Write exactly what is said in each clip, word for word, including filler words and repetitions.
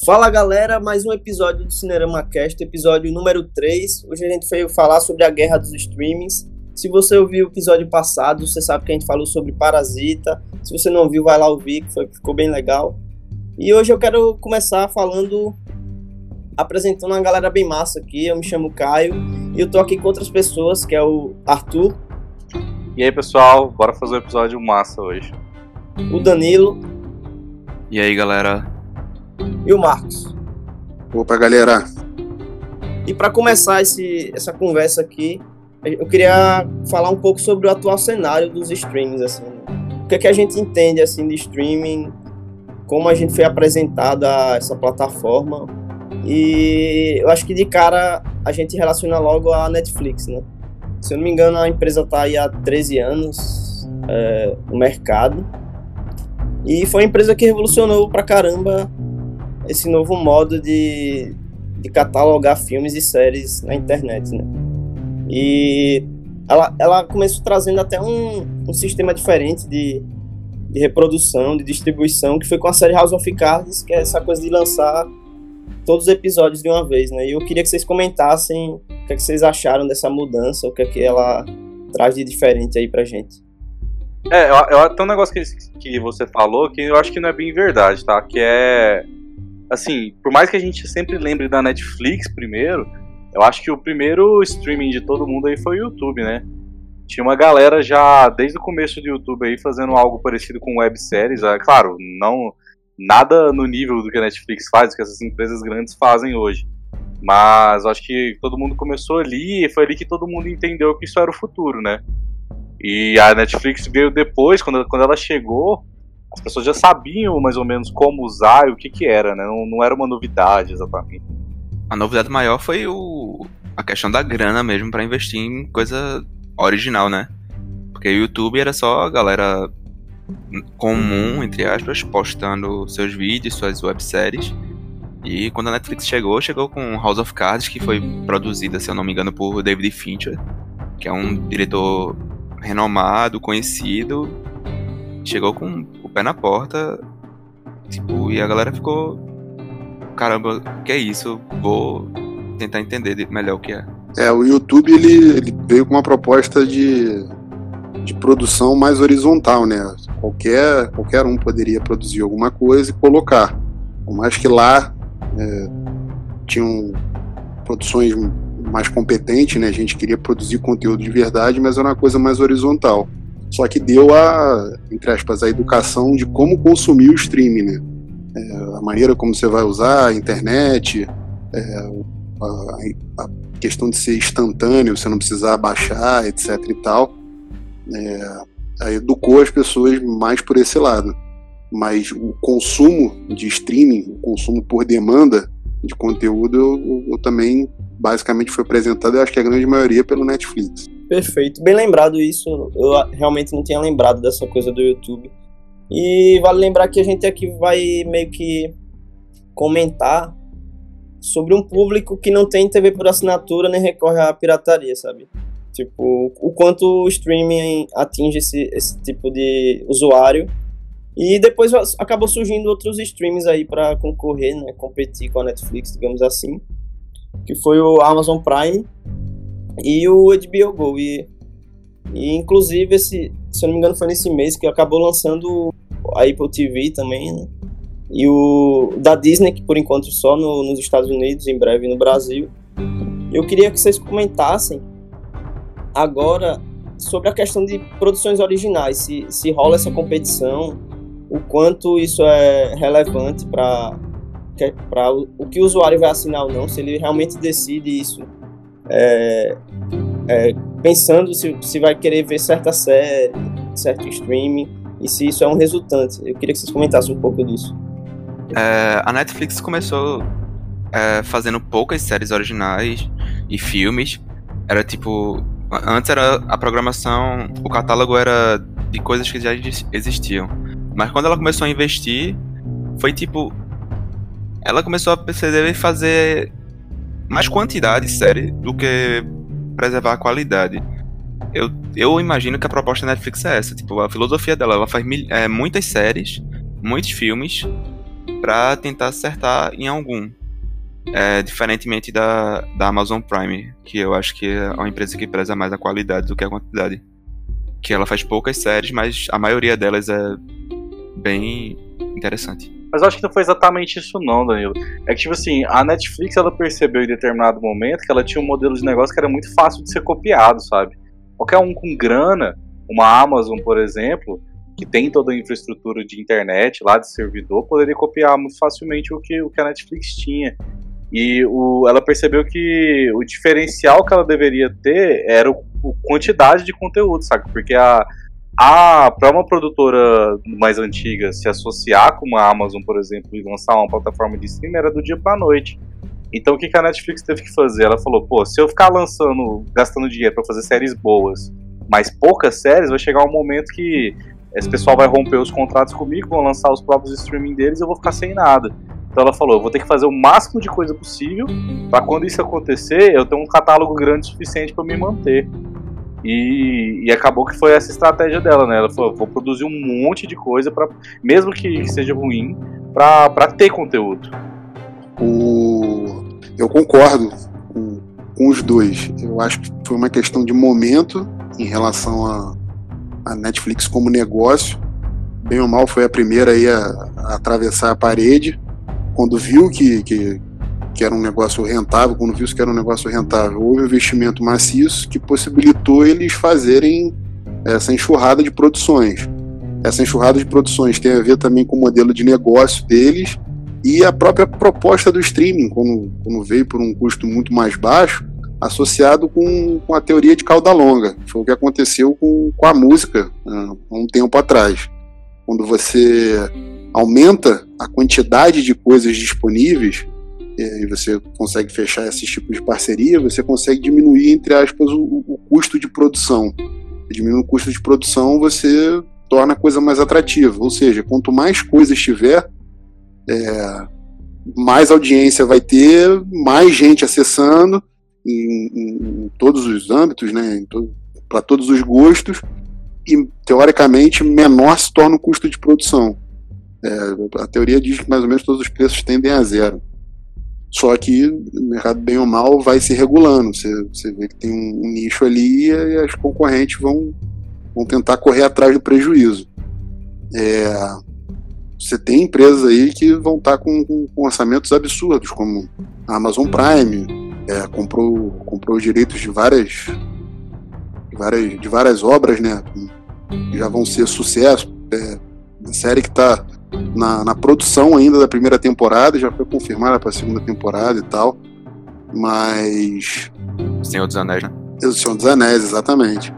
Fala galera, mais um episódio do Cinerama Cast, episódio número três. Hoje a gente veio falar sobre a guerra dos streamings. Se você ouviu o episódio passado, você sabe que a gente falou sobre Parasita. Se você não ouviu, vai lá ouvir, que foi, ficou bem legal. E hoje eu quero começar falando, apresentando uma galera bem massa aqui. Eu me chamo Caio e eu tô aqui com outras pessoas, que é o Arthur. E aí pessoal, bora fazer um episódio massa hoje. O Danilo. E aí galera. E o Marcos. Opa, galera. E para começar esse, essa conversa aqui, eu queria falar um pouco sobre o atual cenário dos streamings, assim, né? O que é que a gente entende assim de streaming, como a gente foi apresentado a essa plataforma. E eu acho que de cara a gente relaciona logo a Netflix, né? Se eu não me engano, a empresa está aí há treze anos é, no mercado. E foi uma empresa que revolucionou pra caramba esse novo modo de, de catalogar filmes e séries na internet, né? E ela, ela começou trazendo até um, um sistema diferente de, de reprodução, de distribuição, que foi com a série House of Cards, que é essa coisa de lançar todos os episódios de uma vez, né? E eu queria que vocês comentassem o que, é que vocês acharam dessa mudança, o que é que ela traz de diferente aí pra gente. É, eu, eu, tem um negócio que, que você falou que eu acho que não é bem verdade, tá? Que é, assim, por mais que a gente sempre lembre da Netflix primeiro, eu acho que o primeiro streaming de todo mundo aí foi o YouTube, né? Tinha uma galera já, desde o começo do YouTube aí, fazendo algo parecido com webséries. É, claro, não, nada no nível do que a Netflix faz, do que essas empresas grandes fazem hoje. Mas eu acho que todo mundo começou ali e foi ali que todo mundo entendeu que isso era o futuro, né? E a Netflix veio depois, quando, quando ela chegou, as pessoas já sabiam mais ou menos como usar e o que que era, né? Não, não era uma novidade exatamente. A novidade maior foi o, a questão da grana mesmo pra investir em coisa original, né? Porque o YouTube era só a galera comum, entre aspas, postando seus vídeos, suas webséries. E quando a Netflix chegou, chegou com House of Cards, que foi produzida, se eu não me engano, por David Fincher, que é um diretor renomado, conhecido. Chegou com o pé na porta, tipo, e a galera ficou, caramba, que é isso? Vou tentar entender melhor o que é. É, o YouTube ele, ele veio com uma proposta de, de produção mais horizontal, né? Qualquer, qualquer um poderia produzir alguma coisa e colocar. Por mais que lá é, tinham produções mais competentes, né? A gente queria produzir conteúdo de verdade, mas era uma coisa mais horizontal. Só que deu a, entre aspas, a educação de como consumir o streaming, né? É, a maneira como você vai usar a internet, é, a, a questão de ser instantâneo, você não precisar baixar, etc e tal. É, aí educou as pessoas mais por esse lado. Mas o consumo de streaming, o consumo por demanda de conteúdo, eu, eu também basicamente foi apresentado, eu acho que a grande maioria pelo Netflix. Perfeito, bem lembrado isso, eu realmente não tinha lembrado dessa coisa do YouTube. E vale lembrar que a gente aqui vai meio que comentar sobre um público que não tem T V por assinatura nem recorre à pirataria, sabe? Tipo, o quanto o streaming atinge esse, esse tipo de usuário. E depois acabou surgindo outros streams aí para concorrer, né, competir com a Netflix, digamos assim, que foi o Amazon Prime e o H B O Go. E, e inclusive, esse, se eu não me engano, foi nesse mês que acabou lançando a Apple T V também, né? E o da Disney, que por enquanto só no, nos Estados Unidos, em breve no Brasil. Eu queria que vocês comentassem agora sobre a questão de produções originais, se, se rola essa competição, o quanto isso é relevante para para o, o que o usuário vai assinar ou não, se ele realmente decide isso é, é, pensando se, se vai querer ver certa série, certo streaming, e se isso é um resultante. Eu queria que vocês comentassem um pouco disso. É, a Netflix começou é, fazendo poucas séries originais e filmes. Era tipo, antes era a programação, o catálogo era de coisas que já existiam. Mas quando ela começou a investir, foi tipo, ela começou a perceber e fazer mais quantidade de série do que preservar a qualidade. Eu, eu imagino que a proposta da Netflix é essa, tipo, a filosofia dela, ela faz mil, é, muitas séries, muitos filmes, para tentar acertar em algum. É, diferentemente da, da Amazon Prime, que eu acho que é uma empresa que preza mais a qualidade do que a quantidade. Que ela faz poucas séries, mas a maioria delas é bem interessante. Mas eu acho que não foi exatamente isso não, Danilo. É que, tipo assim, a Netflix, ela percebeu em determinado momento que ela tinha um modelo de negócio que era muito fácil de ser copiado, sabe? Qualquer um com grana, uma Amazon, por exemplo, que tem toda a infraestrutura de internet lá, de servidor, poderia copiar muito facilmente o que, o que a Netflix tinha. E o, ela percebeu que o diferencial que ela deveria ter era a quantidade de conteúdo, sabe? Porque a, a, para uma produtora mais antiga se associar com uma Amazon, por exemplo, e lançar uma plataforma de streaming era do dia pra noite. Então o que, que a Netflix teve que fazer? Ela falou, pô, se eu ficar lançando, gastando dinheiro pra fazer séries boas, mas poucas séries, vai chegar um momento que esse pessoal vai romper os contratos comigo, vão lançar os próprios streaming deles e eu vou ficar sem nada. Então ela falou, eu vou ter que fazer o máximo de coisa possível para quando isso acontecer, eu ter um catálogo grande o suficiente para me manter. E, e acabou que foi essa estratégia dela, né? Ela falou, vou produzir um monte de coisa, pra, mesmo que seja ruim, para ter conteúdo. O... Eu concordo com, com os dois. Eu acho que foi uma questão de momento em relação a, a Netflix como negócio. Bem ou mal foi a primeira aí a, a atravessar a parede. Quando viu que, que, que era um negócio rentável, quando viu que era um negócio rentável, houve um investimento maciço que possibilitou eles fazerem essa enxurrada de produções. Essa enxurrada de produções tem a ver também com o modelo de negócio deles e a própria proposta do streaming, quando, quando veio por um custo muito mais baixo, associado com, com a teoria de cauda longa. Foi o que aconteceu com, com a música há um tempo atrás. Quando você aumenta a quantidade de coisas disponíveis e você consegue fechar esses tipos de parceria, você consegue diminuir, entre aspas, o, o custo de produção. Diminuindo o custo de produção, você torna a coisa mais atrativa. Ou seja, quanto mais coisas tiver, é, mais audiência vai ter, mais gente acessando em, em, em todos os âmbitos, né, to, para todos os gostos, e teoricamente menor se torna o custo de produção. É, a teoria diz que mais ou menos todos os preços tendem a zero. Só que o mercado, bem ou mal, vai se regulando. Você, você vê que tem um, um nicho ali e as concorrentes vão, vão tentar correr atrás do prejuízo. É, você tem empresas aí que vão estar com, com, com orçamentos absurdos, como a Amazon Prime, é, comprou, comprou os direitos de várias, de várias, de várias obras, né, que já vão ser sucesso. É, a série que está na, na produção ainda da primeira temporada, já foi confirmada para a segunda temporada e tal, mas... Senhor dos Anéis, né? O Senhor dos Anéis, exatamente.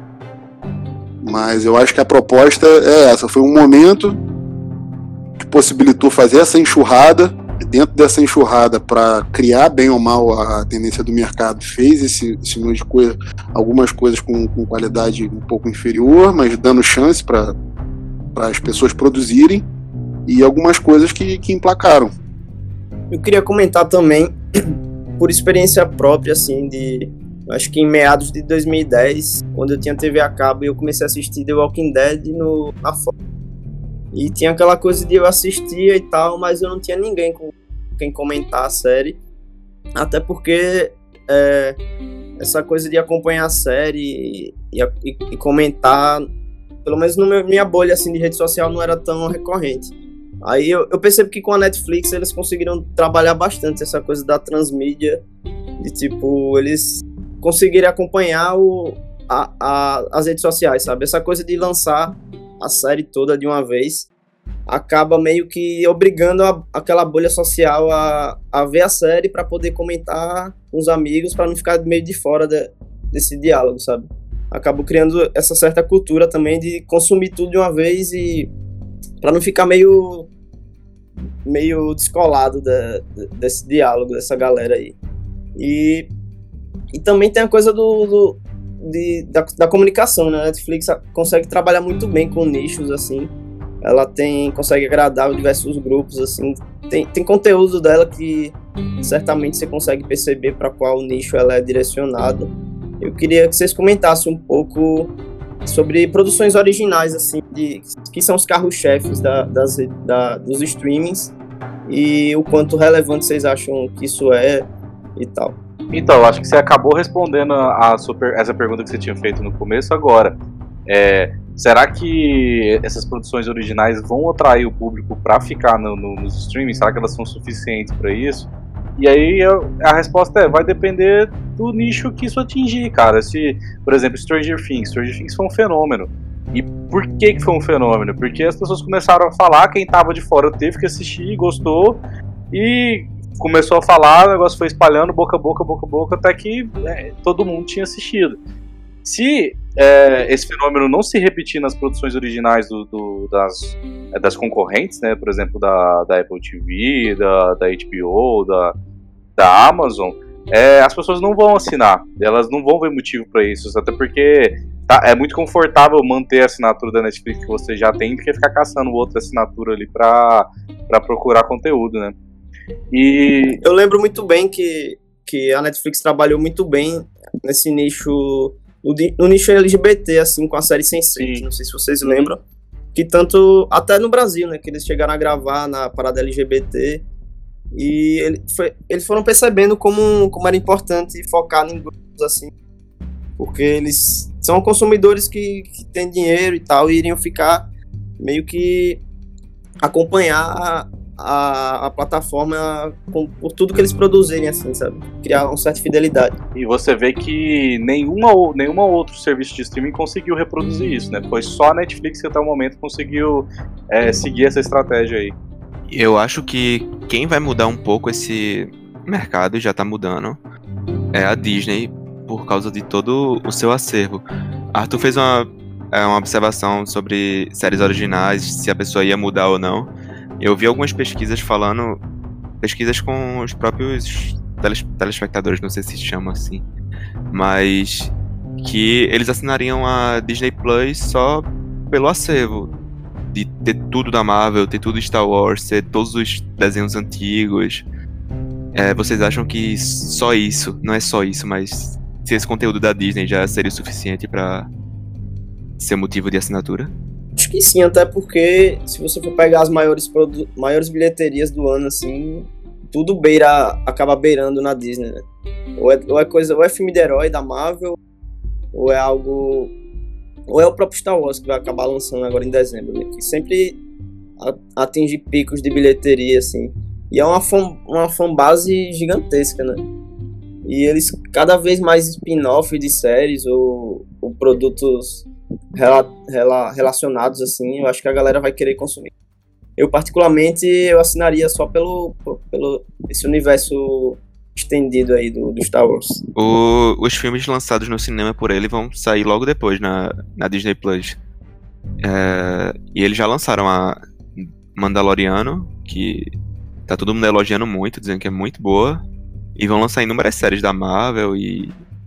Mas eu acho que a proposta é essa, foi um momento que possibilitou fazer essa enxurrada, e dentro dessa enxurrada, para criar bem ou mal a tendência do mercado, fez esse, esse número de coisas, algumas coisas com, com qualidade um pouco inferior, mas dando chance para para as pessoas produzirem, e algumas coisas que, que emplacaram. Eu queria comentar também, por experiência própria, assim, de... acho que em meados de dois mil e dez, quando eu tinha T V a cabo, eu comecei a assistir The Walking Dead no, na Fox. E tinha aquela coisa de eu assistia e tal, mas eu não tinha ninguém com quem comentar a série. Até porque é, essa coisa de acompanhar a série e, e, e comentar... pelo menos na minha bolha assim, de rede social não era tão recorrente. Aí eu, eu percebo que com a Netflix eles conseguiram trabalhar bastante essa coisa da transmídia, de tipo, eles conseguirem acompanhar o, a, a, as redes sociais, sabe? Essa coisa de lançar a série toda de uma vez acaba meio que obrigando a, aquela bolha social a, a ver a série para poder comentar com os amigos, para não ficar meio de fora de, desse diálogo, sabe? Acabo criando essa certa cultura também de consumir tudo de uma vez e para não ficar meio meio descolado da, desse diálogo dessa galera aí. E, e também tem a coisa do, do de, da, da comunicação, né? A Netflix consegue trabalhar muito bem com nichos assim. Ela tem consegue agradar diversos grupos assim. Tem, tem conteúdo dela que certamente você consegue perceber para qual nicho ela é direcionada. Eu queria que vocês comentassem um pouco sobre produções originais, assim, de, que são os carros-chefes da, das, da, dos streamings, e o quanto relevante vocês acham que isso é e tal. Então, acho que você acabou respondendo a, a super, essa pergunta que você tinha feito no começo agora. É, será que essas produções originais vão atrair o público para ficar no, no, nos streamings? Será que elas são suficientes para isso? E aí eu, a resposta é, vai depender do nicho que isso atingir, cara. Se, por exemplo, Stranger Things, Stranger Things foi um fenômeno. E por que que foi um fenômeno? Porque as pessoas começaram a falar, quem tava de fora teve que assistir, gostou, e começou a falar, o negócio foi espalhando boca a boca, boca a boca, até que é, todo mundo tinha assistido. Se é, esse fenômeno não se repetir nas produções originais do, do, das, é, das concorrentes, né, por exemplo, da, da Apple T V, da, da H B O, da, da Amazon, é, as pessoas não vão assinar, elas não vão ver motivo para isso, até porque tá, é muito confortável manter a assinatura da Netflix que você já tem do que ficar caçando outra assinatura ali para para procurar conteúdo, né? E eu lembro muito bem que, que a Netflix trabalhou muito bem nesse nicho, no, no nicho L G B T, assim, com a série sense eight, não sei se vocês lembram, que tanto, até no Brasil, né, que eles chegaram a gravar na parada L G B T, e ele foi, eles foram percebendo como, como era importante focar em grupos, assim, porque eles são consumidores que, que têm dinheiro e tal, e iriam ficar meio que acompanhar a, a, a plataforma com, por tudo que eles produzirem, assim, sabe? Criar uma certa fidelidade. E você vê que nenhuma, nenhuma outro serviço de streaming conseguiu reproduzir isso, né? Foi só a Netflix que até o momento conseguiu é, seguir essa estratégia aí. Eu acho que quem vai mudar um pouco esse mercado, e já tá mudando, é a Disney, por causa de todo o seu acervo. Arthur fez uma, uma observação sobre séries originais, se a pessoa ia mudar ou não. Eu vi algumas pesquisas falando, pesquisas com os próprios teles, telespectadores, não sei se se chama assim, mas que eles assinariam a Disney Plus só pelo acervo, de ter tudo da Marvel, ter tudo Star Wars, ter todos os desenhos antigos. É, vocês acham que só isso, não é só isso, mas se esse conteúdo da Disney já seria o suficiente pra ser motivo de assinatura? Acho que sim, até porque se você for pegar as maiores, produ- maiores bilheterias do ano, assim, tudo beira, acaba beirando na Disney, né? Ou é, ou é coisa, ou é filme de herói da Marvel, ou é algo, ou é o próprio Star Wars que vai acabar lançando agora em dezembro, né? Que sempre a, atinge picos de bilheteria, assim, e é uma fan, uma fanbase gigantesca, né? E eles cada vez mais spin-off de séries ou, ou produtos rela, rela, relacionados, assim, eu acho que a galera vai querer consumir. Eu, particularmente, eu assinaria só pelo, pelo esse universo estendido aí do, do Star Wars. O, os filmes lançados no cinema por ele vão sair logo depois na, na Disney Plus. É, e eles já lançaram a Mandaloriano, que tá todo mundo elogiando muito, dizendo que é muito boa. E vão lançar inúmeras séries da Marvel e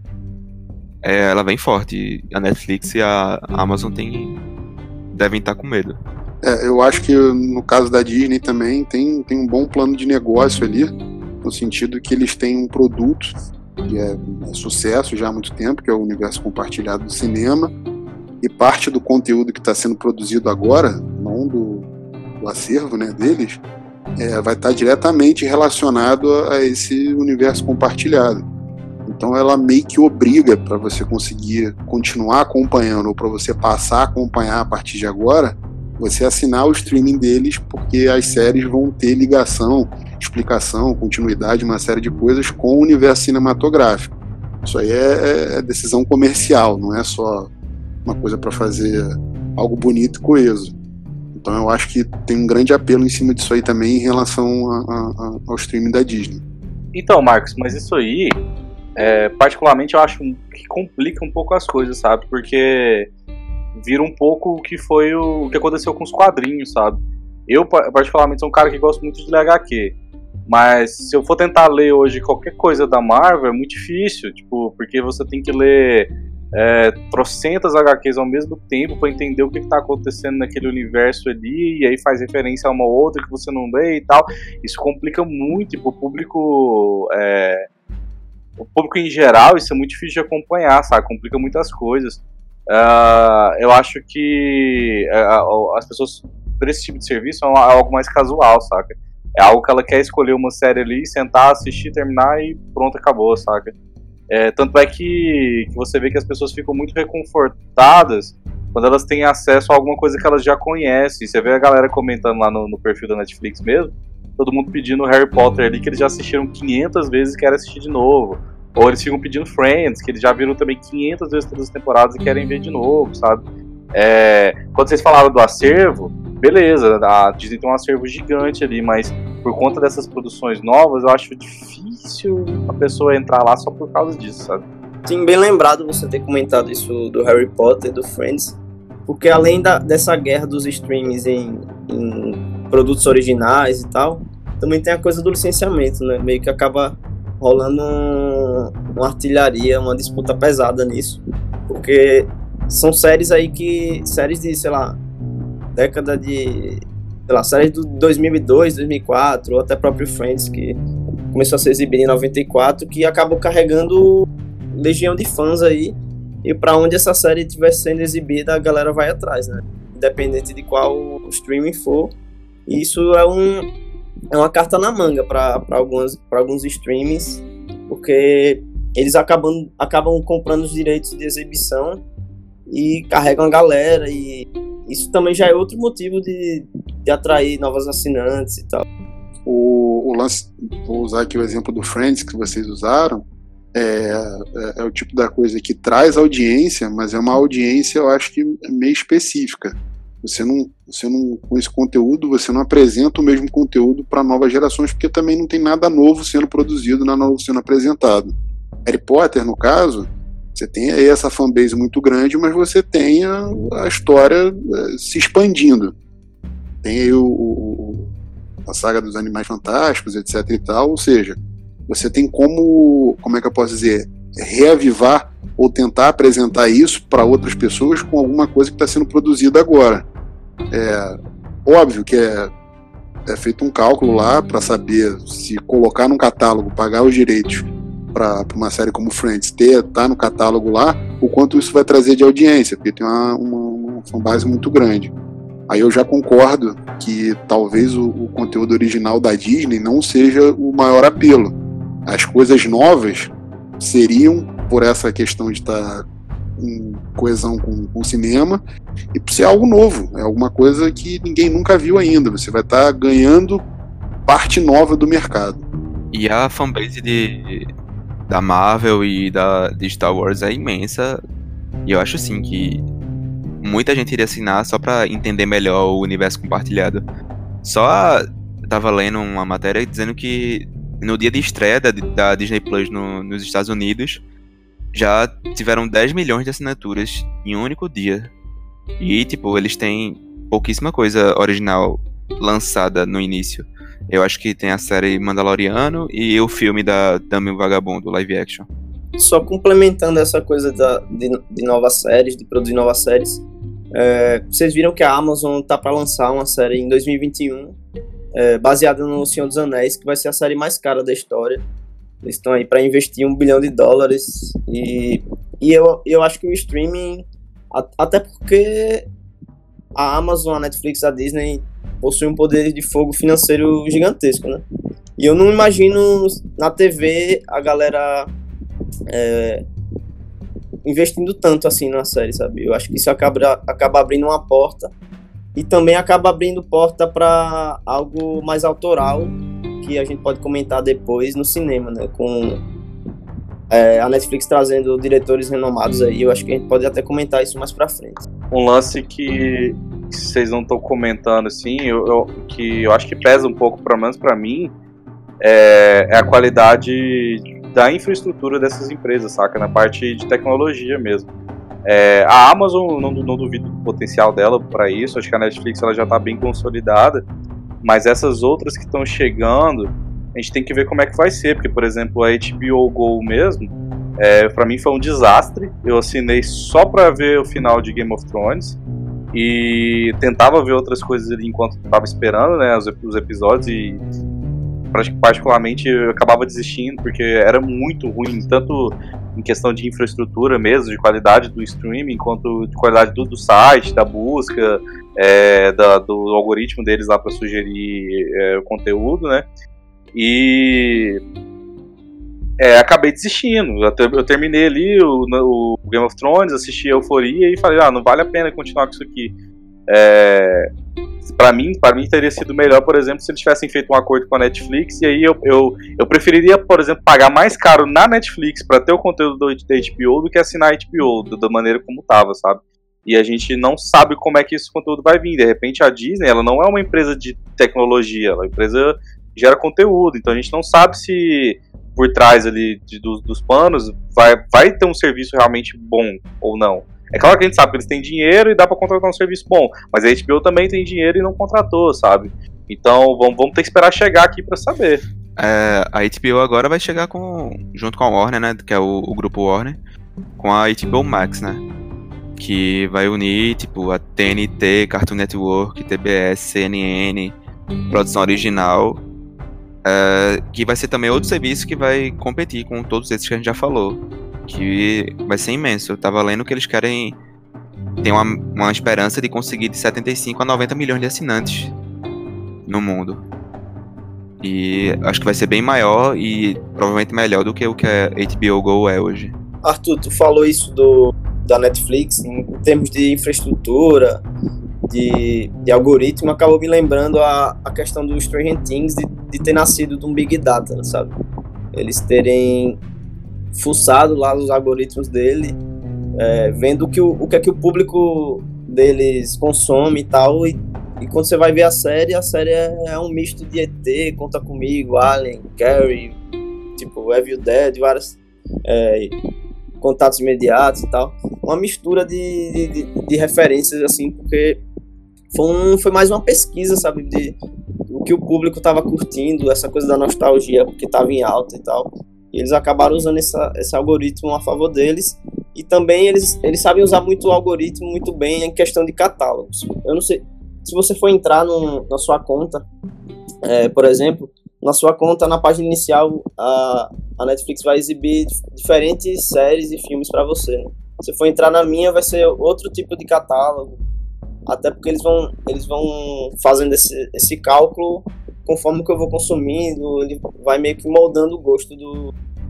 é, ela vem forte. A Netflix e a Amazon tem, devem estar com medo. É, eu acho que no caso da Disney também tem, tem um bom plano de negócio ali, no sentido que eles têm um produto que é, é sucesso já há muito tempo, que é o universo compartilhado do cinema, e parte do conteúdo que está sendo produzido agora, não do, do acervo, né, deles, É, vai estar diretamente relacionado a esse universo compartilhado. Então ela meio que obriga, para você conseguir continuar acompanhando ou para você passar a acompanhar a partir de agora, você assinar o streaming deles, porque as séries vão ter ligação, explicação, continuidade, uma série de coisas com o universo cinematográfico. Isso aí é, é decisão comercial, não é só uma coisa para fazer algo bonito e coeso. Então eu acho que tem um grande apelo em cima disso aí também em relação a, a, ao streaming da Disney. Então, Marcos, mas isso aí, é, particularmente eu acho que complica um pouco as coisas, sabe? Porque vira um pouco o que foi o, o que aconteceu com os quadrinhos, sabe? Eu, particularmente, sou um cara que gosto muito de ler agá quê. Mas se eu for tentar ler hoje qualquer coisa da Marvel, é muito difícil, tipo, porque você tem que ler É, trocentas agá quês ao mesmo tempo para entender o que está acontecendo naquele universo ali, e aí faz referência a uma outra que você não lê e tal. Isso complica muito, e pro público é, o público em geral, isso é muito difícil de acompanhar, sabe? Complica muitas coisas. Uh, eu acho que uh, as pessoas, por esse tipo de serviço, é algo mais casual, saca? É algo que ela quer escolher uma série ali, sentar, assistir, terminar e pronto, acabou, saca? É, tanto é que, que você vê que as pessoas ficam muito reconfortadas quando elas têm acesso a alguma coisa que elas já conhecem. Você vê a galera comentando lá no, no perfil da Netflix mesmo, todo mundo pedindo Harry Potter ali, que eles já assistiram quinhentas vezes e querem assistir de novo. Ou eles ficam pedindo Friends, que eles já viram também quinhentas vezes todas as temporadas e querem ver de novo, sabe? É, quando vocês falaram do acervo, beleza, a Disney tem um acervo gigante ali, mas por conta dessas produções novas, eu acho difícil a pessoa entrar lá só por causa disso, sabe? Sim, bem lembrado você ter comentado isso do Harry Potter, do Friends, porque além da, dessa guerra dos streams em, em produtos originais e tal, também tem a coisa do licenciamento, né? Meio que acaba rolando um, uma artilharia, uma disputa pesada nisso, porque são séries aí que, séries de, sei lá, década de, sei lá, séries do dois mil e dois, dois mil e quatro, ou até próprio Friends, que começou a ser exibido em noventa e quatro, que acabou carregando legião de fãs aí, e pra onde essa série estiver sendo exibida, a galera vai atrás, né? Independente de qual streaming for. E isso é, um, é uma carta na manga para alguns, alguns streamings, porque eles acabam, acabam comprando os direitos de exibição e carregam a galera, e isso também já é outro motivo de, de atrair novos assinantes e tal. O, o lance, vou usar aqui o exemplo do Friends que vocês usaram, é, é, é o tipo da coisa que traz audiência, mas é uma audiência, eu acho que meio específica. Você não, você não, com esse conteúdo, você não apresenta o mesmo conteúdo para novas gerações, porque também não tem nada novo sendo produzido, nada novo sendo apresentado. Harry Potter, no caso, você tem aí essa fanbase muito grande, mas você tem a, a história se expandindo. Tem aí o, o, a saga dos Animais Fantásticos, etc e tal, ou seja, você tem como, como é que eu posso dizer, reavivar ou tentar apresentar isso para outras pessoas com alguma coisa que está sendo produzida agora. É óbvio que é, é feito um cálculo lá para saber se colocar num catálogo, pagar os direitos para uma série como Friends ter, tá no catálogo lá, o quanto isso vai trazer de audiência, porque tem uma, uma, uma fanbase muito grande. Aí eu já concordo que talvez o, o conteúdo original da Disney não seja o maior apelo. As coisas novas seriam, por essa questão de estar em coesão com, com o cinema, e por ser algo novo, é alguma coisa que ninguém nunca viu ainda. Você vai estar ganhando parte nova do mercado. E a fanbase de, da Marvel e da, de Star Wars é imensa, e eu acho assim que muita gente iria assinar só pra entender melhor o universo compartilhado. Só eu tava lendo uma matéria dizendo que no dia de estreia da, da Disney Plus no, nos Estados Unidos, já tiveram dez milhões de assinaturas em um único dia. E, tipo, eles têm pouquíssima coisa original lançada no início. Eu acho que tem a série Mandaloriano e o filme da Dama e o Vagabundo, live action. Só complementando essa coisa da, de, de novas séries, de produzir novas séries, é, vocês viram que a Amazon tá para lançar uma série em dois mil e vinte e um, é, baseada no Senhor dos Anéis, que vai ser a série mais cara da história. Eles estão aí para investir um bilhão de dólares, e, e eu, eu acho que o streaming, até porque a Amazon, a Netflix, a Disney possuem um poder de fogo financeiro gigantesco, né? E eu não imagino na T V a galera é, investindo tanto assim na série, sabe? Eu acho que isso acaba, acaba abrindo uma porta, e também acaba abrindo porta para algo mais autoral, que a gente pode comentar depois no cinema, né? Com é, a Netflix trazendo diretores renomados aí, eu acho que a gente pode até comentar isso mais pra frente. Um lance que vocês não estão comentando, assim, eu, eu, que eu acho que pesa um pouco, pelo menos pra mim, é, é a qualidade da infraestrutura dessas empresas, saca? Na parte de tecnologia mesmo. É, a Amazon, não, não duvido do potencial dela para isso, acho que a Netflix ela já está bem consolidada, mas essas outras que estão chegando, a gente tem que ver como é que vai ser, porque, por exemplo, a H B O Go mesmo, é, para mim foi um desastre. Eu assinei só para ver o final de Game of Thrones e tentava ver outras coisas ali enquanto estava esperando, né, os, os episódios, e particularmente eu acabava desistindo porque era muito ruim, tanto em questão de infraestrutura mesmo, de qualidade do streaming, quanto de qualidade do, do site, da busca, é, da, do algoritmo deles lá para sugerir é, o conteúdo, né? E é, acabei desistindo. Eu, ter, eu terminei ali o, o Game of Thrones, assisti a Euforia e falei, ah, não vale a pena continuar com isso aqui. É, pra mim, para mim teria sido melhor, por exemplo, se eles tivessem feito um acordo com a Netflix, e aí eu, eu, eu preferiria, por exemplo, pagar mais caro na Netflix para ter o conteúdo do, da H B O do que assinar a H B O, do, da maneira como tava, sabe? E a gente não sabe como é que esse conteúdo vai vir. De repente a Disney, ela não é uma empresa de tecnologia, ela é uma empresa que gera conteúdo, então a gente não sabe se por trás ali de, dos, dos panos vai, vai ter um serviço realmente bom ou não. É claro que a gente sabe que eles têm dinheiro e dá pra contratar um serviço bom, mas a H B O também tem dinheiro e não contratou, sabe? Então vamos, vamos ter que esperar chegar aqui pra saber. É, a H B O agora vai chegar com, junto com a Warner, né, que é o, o grupo Warner, com a H B O Max, né, que vai unir, tipo, a T N T, Cartoon Network, T B S, C N N, produção original, é, que vai ser também outro serviço que vai competir com todos esses que a gente já falou, que vai ser imenso. Eu tava lendo que eles querem, tem uma, uma esperança de conseguir de setenta e cinco a noventa milhões de assinantes no mundo. E acho que vai ser bem maior e provavelmente melhor do que o que a H B O Go é hoje. Arthur, tu falou isso do, da Netflix em termos de infraestrutura, de, de algoritmo, acabou me lembrando a, a questão do Stranger Things de, de ter nascido de um Big Data, sabe? Eles terem fuçado lá os algoritmos dele, é, vendo o que, o, o que é que o público deles consome e tal, e, e quando você vai ver a série, a série é, é um misto de E T, Conta Comigo, Alien, Carrie, tipo, Evil Dead, várias é, contatos imediatos e tal, uma mistura de, de, de referências, assim, porque foi, um, foi mais uma pesquisa, sabe, de o que o público tava curtindo, essa coisa da nostalgia, porque tava em alta e tal. E eles acabaram usando essa, esse algoritmo a favor deles. E também eles, eles sabem usar muito o algoritmo muito bem em questão de catálogos. Eu não sei, se você for entrar no, na sua conta, é, por exemplo, na sua conta, na página inicial, a, a Netflix vai exibir diferentes séries e filmes para você, né? Se for entrar na minha, vai ser outro tipo de catálogo. Até porque eles vão, eles vão fazendo esse, esse cálculo conforme que eu vou consumindo, ele vai meio que moldando o gosto do,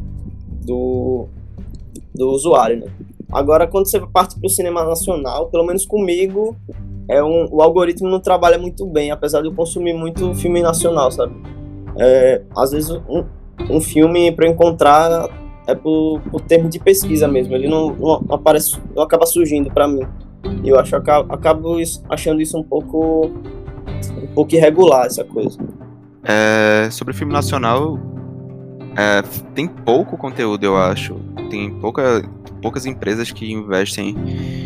do, do usuário, né? Agora, quando você parte para o cinema nacional, pelo menos comigo, é um, o algoritmo não trabalha muito bem, apesar de eu consumir muito filme nacional, sabe? É, às vezes, um, um filme para eu encontrar é por, por termo de pesquisa mesmo, ele não, não aparece, não acaba surgindo para mim. E eu acho, acabo, acabo achando isso um pouco, um pouco irregular, essa coisa. É, sobre filme nacional, é, tem pouco conteúdo, eu acho. Tem pouca, poucas empresas que investem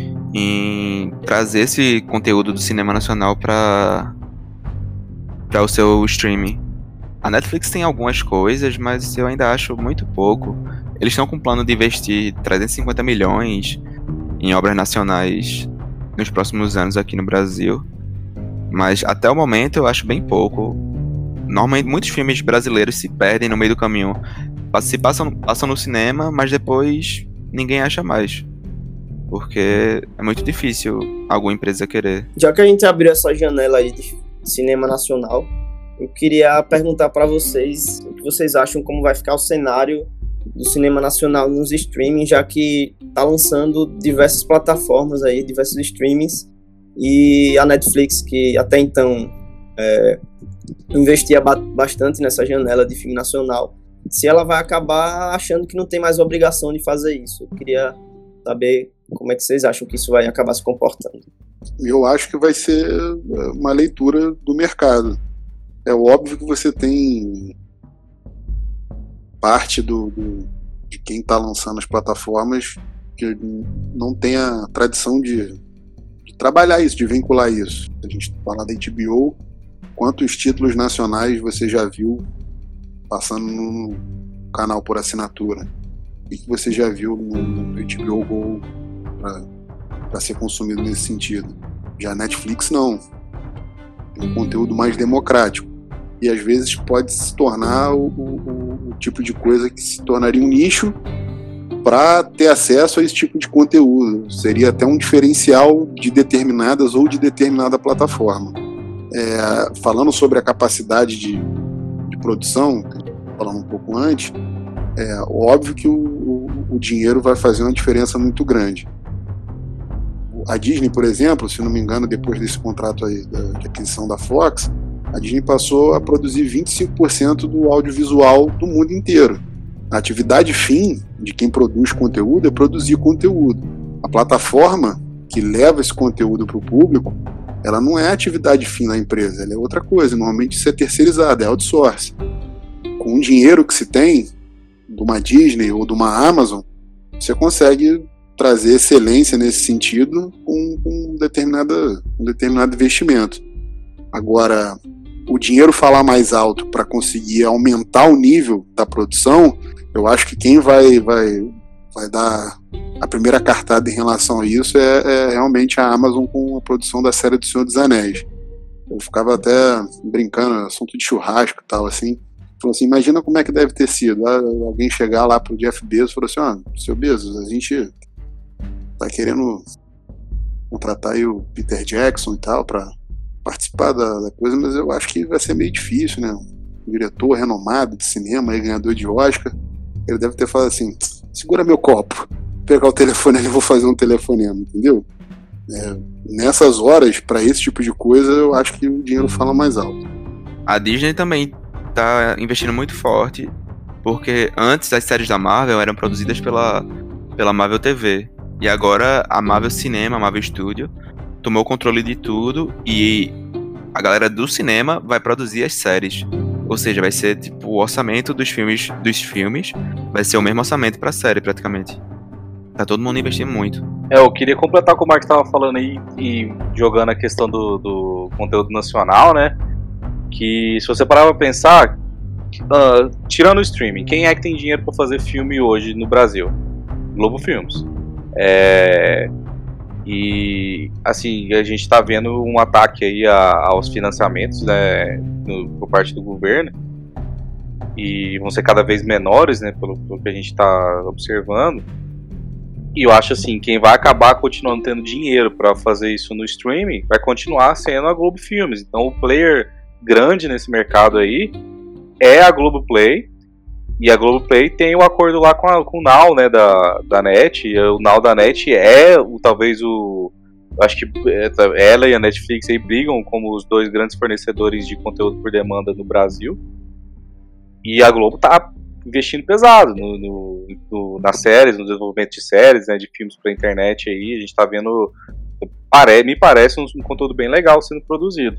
em trazer esse conteúdo do cinema nacional para para o seu streaming. A Netflix tem algumas coisas, mas eu ainda acho muito pouco. Eles estão com um plano de investir trezentos e cinquenta milhões em obras nacionais nos próximos anos aqui no Brasil, mas até o momento eu acho bem pouco. Normalmente muitos filmes brasileiros se perdem no meio do caminho, se passam, passam no cinema, mas depois ninguém acha mais, porque é muito difícil alguma empresa querer. Já que a gente abriu essa janela aí de cinema nacional, eu queria perguntar para vocês o que vocês acham, como vai ficar o cenário do cinema nacional nos streaming, já que tá lançando diversas plataformas aí, diversos streamings, e a Netflix, que até então é, investia ba- bastante nessa janela de filme nacional, se ela vai acabar achando que não tem mais obrigação de fazer isso. Eu queria saber como é que vocês acham que isso vai acabar se comportando. Eu acho que vai ser uma leitura do mercado. É óbvio que você tem parte do, do, de quem está lançando as plataformas que não tem a tradição de, de trabalhar isso, de vincular isso. A gente fala da H B O, quantos títulos nacionais você já viu passando no canal por assinatura? E que você já viu no, no H B O Go para ser consumido nesse sentido? Já a Netflix não. Tem um conteúdo mais democrático. e às vezes pode se tornar o, o, o tipo de coisa que se tornaria um nicho para ter acesso a esse tipo de conteúdo. Seria até um diferencial de determinadas ou de determinada plataforma. É, falando sobre a capacidade de, de produção, falando um pouco antes, é óbvio que o, o, o dinheiro vai fazer uma diferença muito grande. A Disney, por exemplo, se não me engano, depois desse contrato aí da, de aquisição da Fox, a Disney passou a produzir vinte e cinco por cento do audiovisual do mundo inteiro. A atividade fim de quem produz conteúdo é produzir conteúdo. A plataforma que leva esse conteúdo para o público, ela não é atividade fim da empresa, ela é outra coisa. Normalmente isso é terceirizado, é outsourcing. Com o dinheiro que se tem de uma Disney ou de uma Amazon, você consegue trazer excelência nesse sentido com, com, determinada, um determinado investimento. Agora, o dinheiro falar mais alto para conseguir aumentar o nível da produção, eu acho que quem vai, vai, vai dar a primeira cartada em relação a isso é, é realmente a Amazon com a produção da série do Senhor dos Anéis. Eu ficava até brincando, assunto de churrasco e tal, assim. Falou assim, imagina como é que deve ter sido. Alguém chegar lá pro Jeff Bezos e falou assim, ó, oh, seu Bezos, a gente tá querendo contratar aí o Peter Jackson e tal para participar da, da coisa, mas eu acho que vai ser meio difícil, né? Um diretor renomado de cinema, aí, ganhador de Oscar, ele deve ter falado assim, segura meu copo, vou pegar o telefone e vou fazer um telefonema, entendeu? É, nessas horas, para esse tipo de coisa, eu acho que o dinheiro fala mais alto. A Disney também tá investindo muito forte, porque antes as séries da Marvel eram produzidas pela, pela Marvel T V, e agora a Marvel Cinema, a Marvel Studio, tomou o controle de tudo e a galera do cinema vai produzir as séries. Ou seja, vai ser tipo o orçamento dos filmes, dos filmes vai ser o mesmo orçamento pra série, praticamente. Tá todo mundo investindo muito. É, eu queria completar com o Mark tava falando aí e jogando a questão do, do conteúdo nacional, né? Que se você parar pra pensar, uh, tirando o streaming, quem é que tem dinheiro pra fazer filme hoje no Brasil? Globo Filmes. É... E, assim, a gente está vendo um ataque aí a, aos financiamentos, né, no, por parte do governo, e vão ser cada vez menores, né, pelo, pelo que a gente está observando. E eu acho assim, quem vai acabar continuando tendo dinheiro para fazer isso no streaming vai continuar sendo a Globo Filmes. Então o player grande nesse mercado aí é a Globoplay. E a Globoplay tem o um acordo lá com, a, com o Now, né, da, da NET. E o Now da NET é o, talvez o... Acho que ela e a Netflix aí brigam como os dois grandes fornecedores de conteúdo por demanda no Brasil. E a Globo tá investindo pesado no, no, no, nas séries, no desenvolvimento de séries, né, de filmes pra internet aí. A gente tá vendo... Pare, me parece um, um conteúdo bem legal sendo produzido.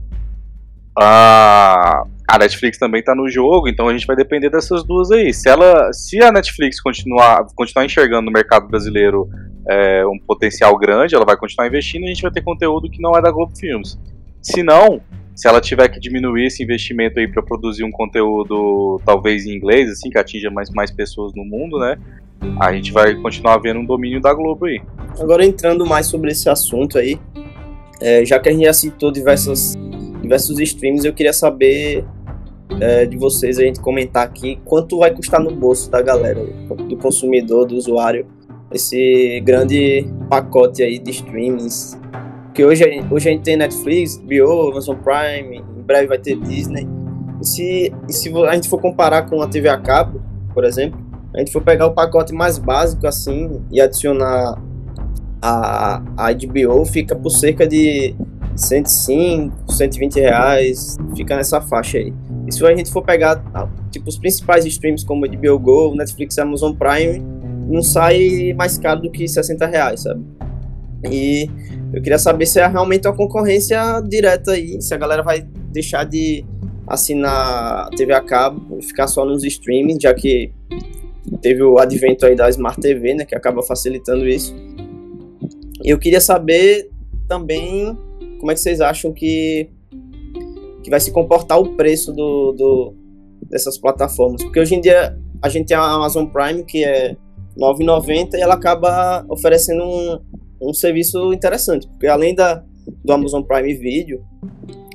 A, a Netflix também tá no jogo, então a gente vai depender dessas duas aí. Se, ela, se a Netflix continuar, continuar enxergando no mercado brasileiro é, um potencial grande, ela vai continuar investindo e a gente vai ter conteúdo que não é da Globo Filmes. Se não, se ela tiver que diminuir esse investimento aí para produzir um conteúdo talvez em inglês, assim, que atinja mais, mais pessoas no mundo, né? A gente vai continuar vendo um domínio da Globo aí. Agora entrando mais sobre esse assunto aí, é, já que a gente já citou diversas diversos streams, eu queria saber é, de vocês, a gente comentar aqui quanto vai custar no bolso da galera, do consumidor, do usuário, esse grande pacote aí de streamings, porque hoje, hoje a gente tem Netflix, H B O, Amazon Prime, em breve vai ter Disney, e se, e se a gente for comparar com a T V a cabo, por exemplo, a gente for pegar o pacote mais básico assim e adicionar a, a H B O, fica por cerca de cento e cinco, cento e vinte reais, fica nessa faixa aí. E se a gente for pegar tipo, os principais streams como H B O Go, Netflix e Amazon Prime, não sai mais caro do que sessenta reais, sabe? E eu queria saber se é realmente uma concorrência direta aí, se a galera vai deixar de assinar a T V a cabo e ficar só nos streaming, já que teve o advento aí da Smart T V, né, que acaba facilitando isso. E eu queria saber também como é que vocês acham que, que vai se comportar o preço do, do, dessas plataformas? Porque hoje em dia a gente tem a Amazon Prime, que é nove reais e noventa centavos, e ela acaba oferecendo um, um serviço interessante. Porque além da, do Amazon Prime Video,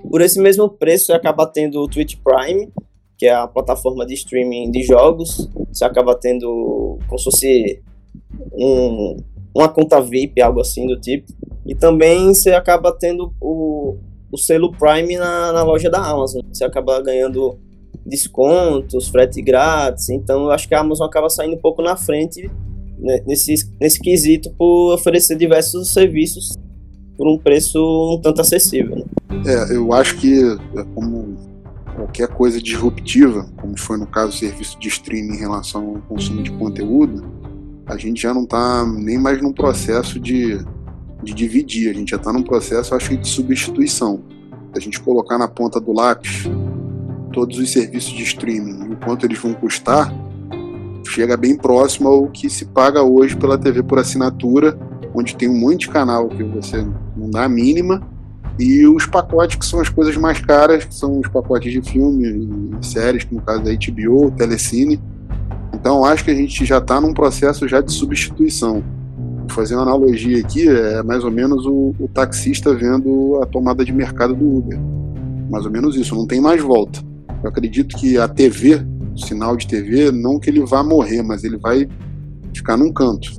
Por esse mesmo preço, você acaba tendo o Twitch Prime, que é a plataforma de streaming de jogos. Você acaba tendo como se fosse um, uma conta V I P, algo assim do tipo. E também você acaba tendo o, o selo Prime na, na loja da Amazon. Você acaba ganhando descontos, frete grátis. Então eu acho que a Amazon acaba saindo um pouco na frente, né, nesse, nesse quesito, por oferecer diversos serviços por um preço um tanto acessível, né? É, eu acho que como qualquer coisa disruptiva, como foi no caso do serviço de streaming em relação ao consumo de conteúdo, a gente já não está nem mais num processo de, de dividir, a gente já está num processo, acho que, de substituição. Se a gente colocar na ponta do lápis todos os serviços de streaming e o quanto eles vão custar, chega bem próximo ao que se paga hoje pela T V por assinatura, onde tem um monte de canal que você não dá a mínima, e os pacotes que são as coisas mais caras, que são os pacotes de filme e séries, que no caso da H B O, Telecine. Então acho que a gente já está num processo já de substituição. Vou fazer uma analogia aqui, é mais ou menos o, o taxista vendo a tomada de mercado do Uber. Mais ou menos isso, não tem mais volta. Eu acredito que a T V, o sinal de T V, não que ele vá morrer, mas ele vai ficar num canto.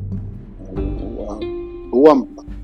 Ou a,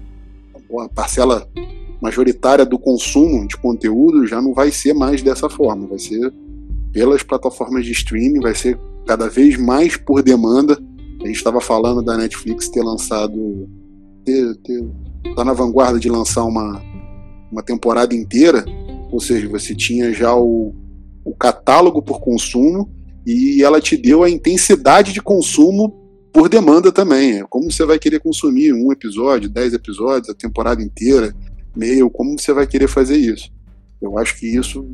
ou a parcela majoritária do consumo de conteúdo já não vai ser mais dessa forma, vai ser pelas plataformas de streaming, vai ser cada vez mais por demanda. A gente estava falando da Netflix ter lançado, ter, ter, tá na vanguarda de lançar uma, uma temporada inteira, ou seja, você tinha já o, o catálogo por consumo e ela te deu a intensidade de consumo por demanda também. É como você vai querer consumir um episódio, dez episódios, a temporada inteira, meio, como você vai querer fazer isso. Eu acho que isso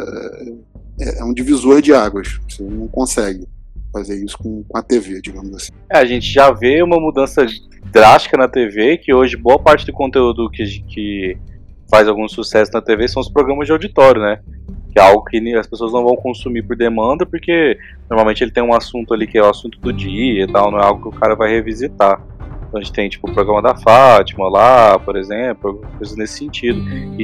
é, é um divisor de águas. Você não consegue fazer isso com, com a T V, digamos assim. É, a gente já vê uma mudança drástica na T V, que hoje boa parte do conteúdo que, que faz algum sucesso na T V são os programas de auditório, né? Que é algo que as pessoas não vão consumir por demanda, porque normalmente ele tem um assunto ali que é o assunto do dia e tal, não é algo que o cara vai revisitar. Então a gente tem tipo o programa da Fátima lá, por exemplo, coisas nesse sentido.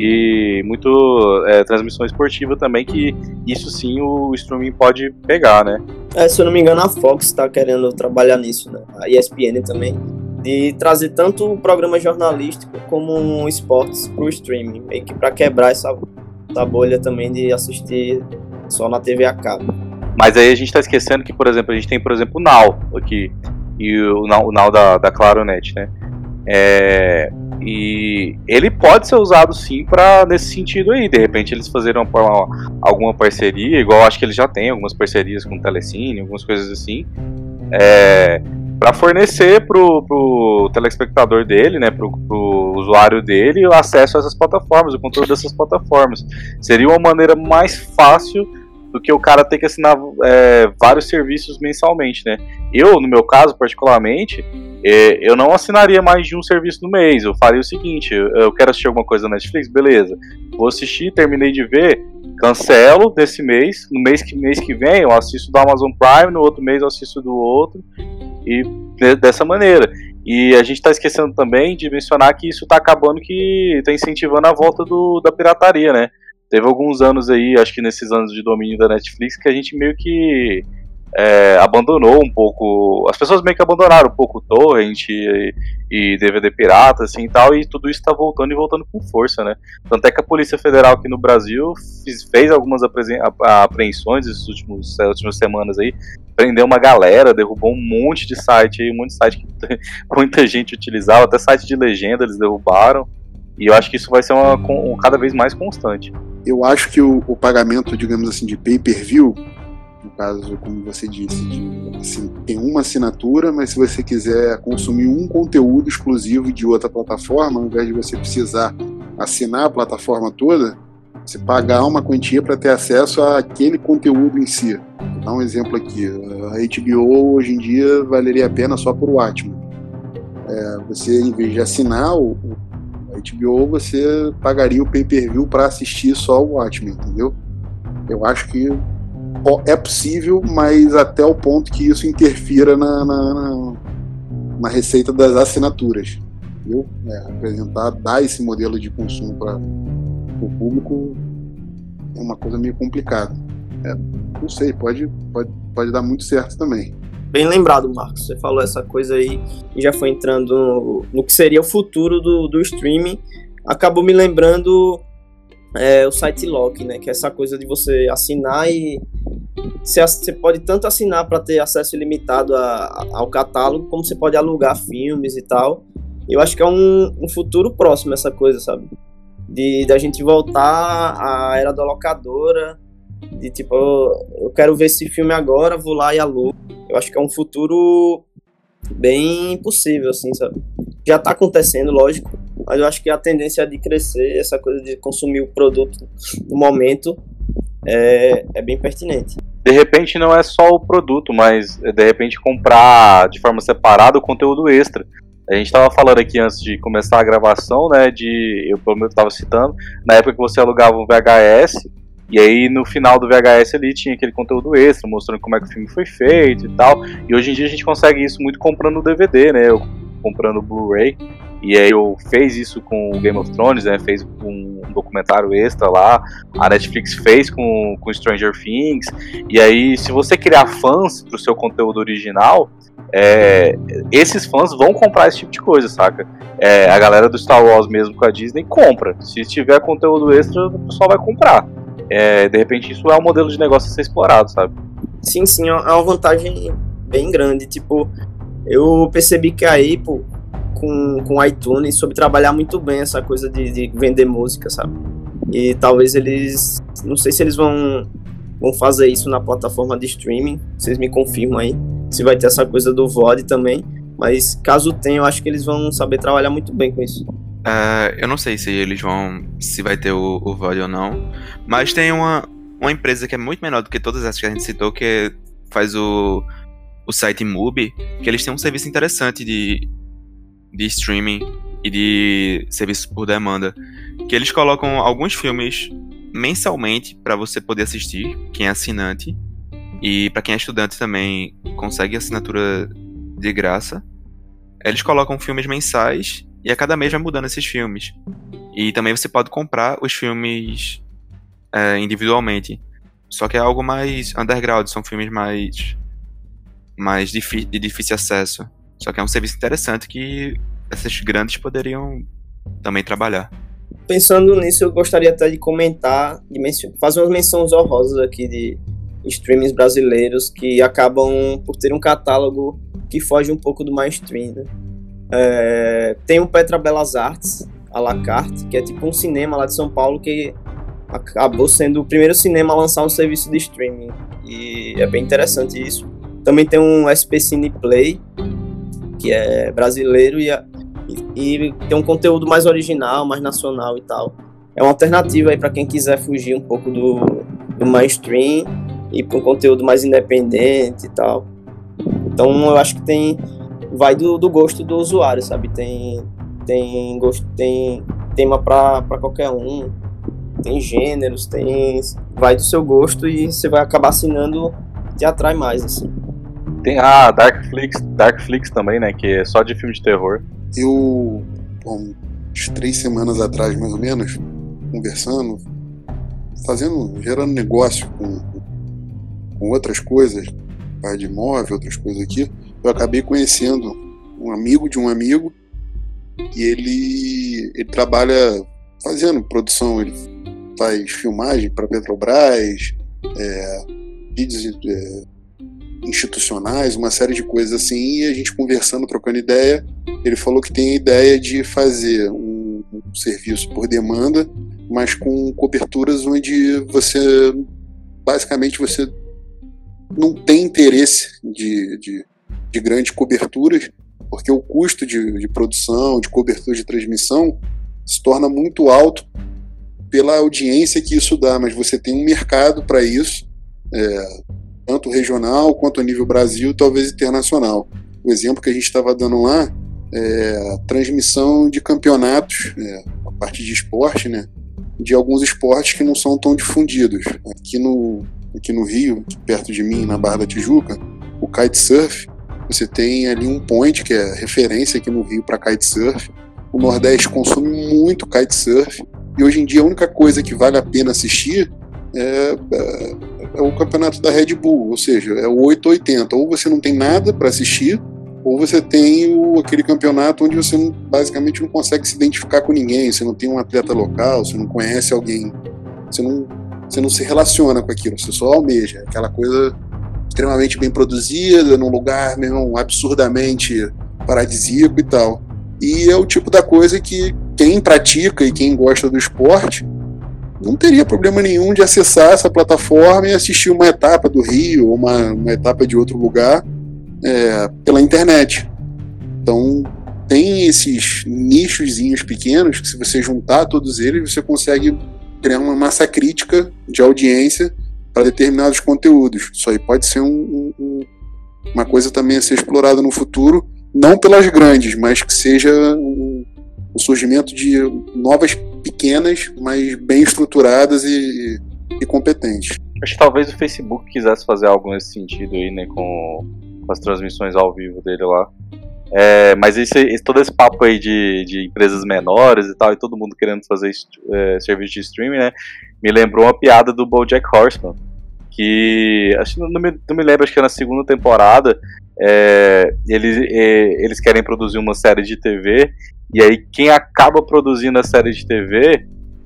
E muito é, transmissão esportiva também, que isso sim o streaming pode pegar, né? É, se eu não me engano, a Fox está querendo trabalhar nisso, né? A E S P N também, de trazer tanto o programa jornalístico como um esportes para o streaming, meio que para quebrar essa, essa bolha também de assistir só na T V a cabo. Mas aí a gente está esquecendo que, por exemplo, a gente tem, por exemplo, o Now aqui, e o Now, o Now da, da Claronet, né? É, e ele pode ser usado sim para nesse sentido aí. De repente eles fazerem uma, alguma parceria, igual acho que eles já têm algumas parcerias com o Telecine, algumas coisas assim, é, para fornecer pro, pro telespectador dele, né, pro, pro usuário dele, o acesso a essas plataformas, o controle dessas plataformas. Seria uma maneira mais fácil do que o cara ter que assinar é, vários serviços mensalmente, né? Eu, no meu caso, particularmente, é, eu não assinaria mais de um serviço no mês. Eu faria o seguinte, eu, eu quero assistir alguma coisa na Netflix, beleza. Vou assistir, terminei de ver, cancelo desse mês. No mês que, mês que vem eu assisto do Amazon Prime, no outro mês eu assisto do outro. E de, dessa maneira. E a gente está esquecendo também de mencionar que isso está acabando, que está incentivando a volta do, da pirataria, né? Teve alguns anos aí, acho que nesses anos de domínio da Netflix, que a gente meio que é, abandonou um pouco, as pessoas meio que abandonaram um pouco o torrent e, e D V D pirata, assim, e tal, e tudo isso tá voltando e voltando com força, né? Tanto é que a Polícia Federal aqui no Brasil fez, fez algumas apreensões nessas últimas, últimas semanas aí, prendeu uma galera, derrubou um monte de site aí, um monte de site que muita gente utilizava, até site de legenda eles derrubaram, e eu acho que isso vai ser uma, um, cada vez mais constante. Eu acho que o, o pagamento, digamos assim, de pay-per-view, no caso, como você disse, de, assim, tem uma assinatura, mas se você quiser consumir um conteúdo exclusivo de outra plataforma, ao invés de você precisar assinar a plataforma toda, você pagar uma quantia para ter acesso àquele conteúdo em si. Vou dar um exemplo aqui, a H B O hoje em dia valeria a pena só por Watchmen. É, você, em vez de assinar o H B O, você pagaria o pay-per-view para assistir só o Watchmen, entendeu? Eu acho que é possível, mas até o ponto que isso interfira na, na, na, na receita das assinaturas, entendeu? É, apresentar, dar esse modelo de consumo para o público, é uma coisa meio complicada. É, não sei, pode, pode, pode dar muito certo também. Bem lembrado, Marcos. Você falou essa coisa aí e já foi entrando no, no que seria o futuro do, do streaming. Acabou me lembrando é, o site lock, né? Que é essa coisa de você assinar e você, você pode tanto assinar para ter acesso ilimitado a, a, ao catálogo, como você pode alugar filmes e tal. Eu acho que é um, um futuro próximo essa coisa, sabe? De, de a gente voltar à era da locadora, de tipo, eu, eu quero ver esse filme agora, vou lá e alugo. Eu acho que é um futuro bem possível, assim, sabe? Já tá acontecendo, lógico, mas eu acho que a tendência de crescer, essa coisa de consumir o produto no momento, é, é bem pertinente. De repente não é só o produto, mas de repente comprar de forma separada o conteúdo extra. A gente estava falando aqui antes de começar a gravação, né, de, eu pelo menos estava citando, na época que você alugava um V H S, e aí no final do V H S ali tinha aquele conteúdo extra, mostrando como é que o filme foi feito e tal, e hoje em dia a gente consegue isso muito comprando o D V D, né, eu, comprando o Blu-ray, e aí eu fez isso com o Game of Thrones, né, fez um documentário extra lá, a Netflix fez com, com Stranger Things, e aí se você criar fãs pro seu conteúdo original, É, esses fãs vão comprar esse tipo de coisa, saca? É, a galera do Star Wars mesmo com a Disney compra. Se tiver conteúdo extra, o pessoal vai comprar. É, de repente isso é um modelo de negócio a ser explorado, sabe? Sim, sim, é uma vantagem bem grande. Tipo, eu percebi que a Apple, com, com o iTunes, soube trabalhar muito bem essa coisa de, de vender música, sabe? E talvez eles... Não sei se eles vão, vão fazer isso na plataforma de streaming. Vocês me confirmam aí se vai ter essa coisa do V O D também, mas caso tenha, eu acho que eles vão saber trabalhar muito bem com isso. Uh, eu não sei se eles vão, se vai ter o, o V O D ou não, mas tem uma, uma empresa que é muito menor do que todas essas que a gente citou, que faz o, o site Mubi, que eles têm um serviço interessante de, de streaming e de serviço por demanda, que eles colocam alguns filmes mensalmente para você poder assistir, quem é assinante. E para quem é estudante também consegue assinatura de graça. Eles colocam filmes mensais e a cada mês vai mudando esses filmes. E também você pode comprar os filmes é, individualmente. Só que é algo mais underground, são filmes mais, mais difi- de difícil acesso. Só que é um serviço interessante que esses grandes poderiam também trabalhar. Pensando nisso, eu gostaria até de comentar, de mencio- fazer umas menções honrosas aqui de streamings brasileiros que acabam por ter um catálogo que foge um pouco do mainstream, né? É, tem o Petra Belas Artes, à la carte, que é tipo um cinema lá de São Paulo que acabou sendo o primeiro cinema a lançar um serviço de streaming, e é bem interessante isso. Também tem um S P Cine Play, que é brasileiro e, e, e tem um conteúdo mais original, mais nacional e tal. É uma alternativa aí para quem quiser fugir um pouco do, do mainstream e para um conteúdo mais independente e tal. Então eu acho que tem vai do, do gosto do usuário, sabe? Tem tem gosto, tem tema para qualquer um, tem gêneros, tem vai do seu gosto e você vai acabar assinando, te atrai mais assim. Tem a Darkflix, Darkflix também, né, que é só de filme de terror. Eu, bom, umas três semanas atrás mais ou menos, conversando, fazendo, gerando negócio com com outras coisas, parte de imóvel, outras coisas aqui, eu acabei conhecendo um amigo de um amigo e ele, ele trabalha fazendo produção, ele faz filmagem para Petrobras, é, vídeos é, institucionais, uma série de coisas assim, e a gente conversando, trocando ideia, ele falou que tem a ideia de fazer um, um serviço por demanda, mas com coberturas onde você, basicamente, você não tem interesse de, de, de grandes coberturas, porque o custo de, de produção, de cobertura de transmissão se torna muito alto pela audiência que isso dá, mas você tem um mercado para isso, é, tanto regional quanto a nível Brasil, talvez internacional. O exemplo que a gente estava dando lá é a transmissão de campeonatos, é, a parte de esporte, né, de alguns esportes que não são tão difundidos. Aqui no aqui no Rio, perto de mim, na Barra da Tijuca, o kitesurf, você tem ali um point que é referência aqui no Rio para kitesurf. O Nordeste consome muito kitesurf e hoje em dia a única coisa que vale a pena assistir é, é, é o campeonato da Red Bull, ou seja, é o oito ou oitenta, ou você não tem nada para assistir, ou você tem o, aquele campeonato onde você não, basicamente não consegue se identificar com ninguém, você não tem um atleta local, você não conhece alguém, você não, você não se relaciona com aquilo, você só almeja, aquela coisa extremamente bem produzida, num lugar mesmo absurdamente paradisíaco e tal. E é o tipo da coisa que quem pratica e quem gosta do esporte não teria problema nenhum de acessar essa plataforma e assistir uma etapa do Rio, ou uma, uma etapa de outro lugar, é, pela internet. Então tem esses nichozinhos pequenos que, se você juntar todos eles, você consegue criar uma massa crítica de audiência para determinados conteúdos. Isso aí pode ser um, um, uma coisa também a ser explorada no futuro, não pelas grandes, mas que seja um, o surgimento de novas pequenas, mas bem estruturadas e, e competentes. Acho que talvez o Facebook quisesse fazer algo nesse sentido aí, né, com, com as transmissões ao vivo dele lá. É, mas esse, esse, todo esse papo aí de, de empresas menores e tal, e todo mundo querendo fazer é, serviço de streaming, né, me lembrou uma piada do BoJack Horseman, que acho que não me, não me lembro, acho que é na segunda temporada. É, eles, é, eles querem produzir uma série de T V, e aí quem acaba produzindo a série de T V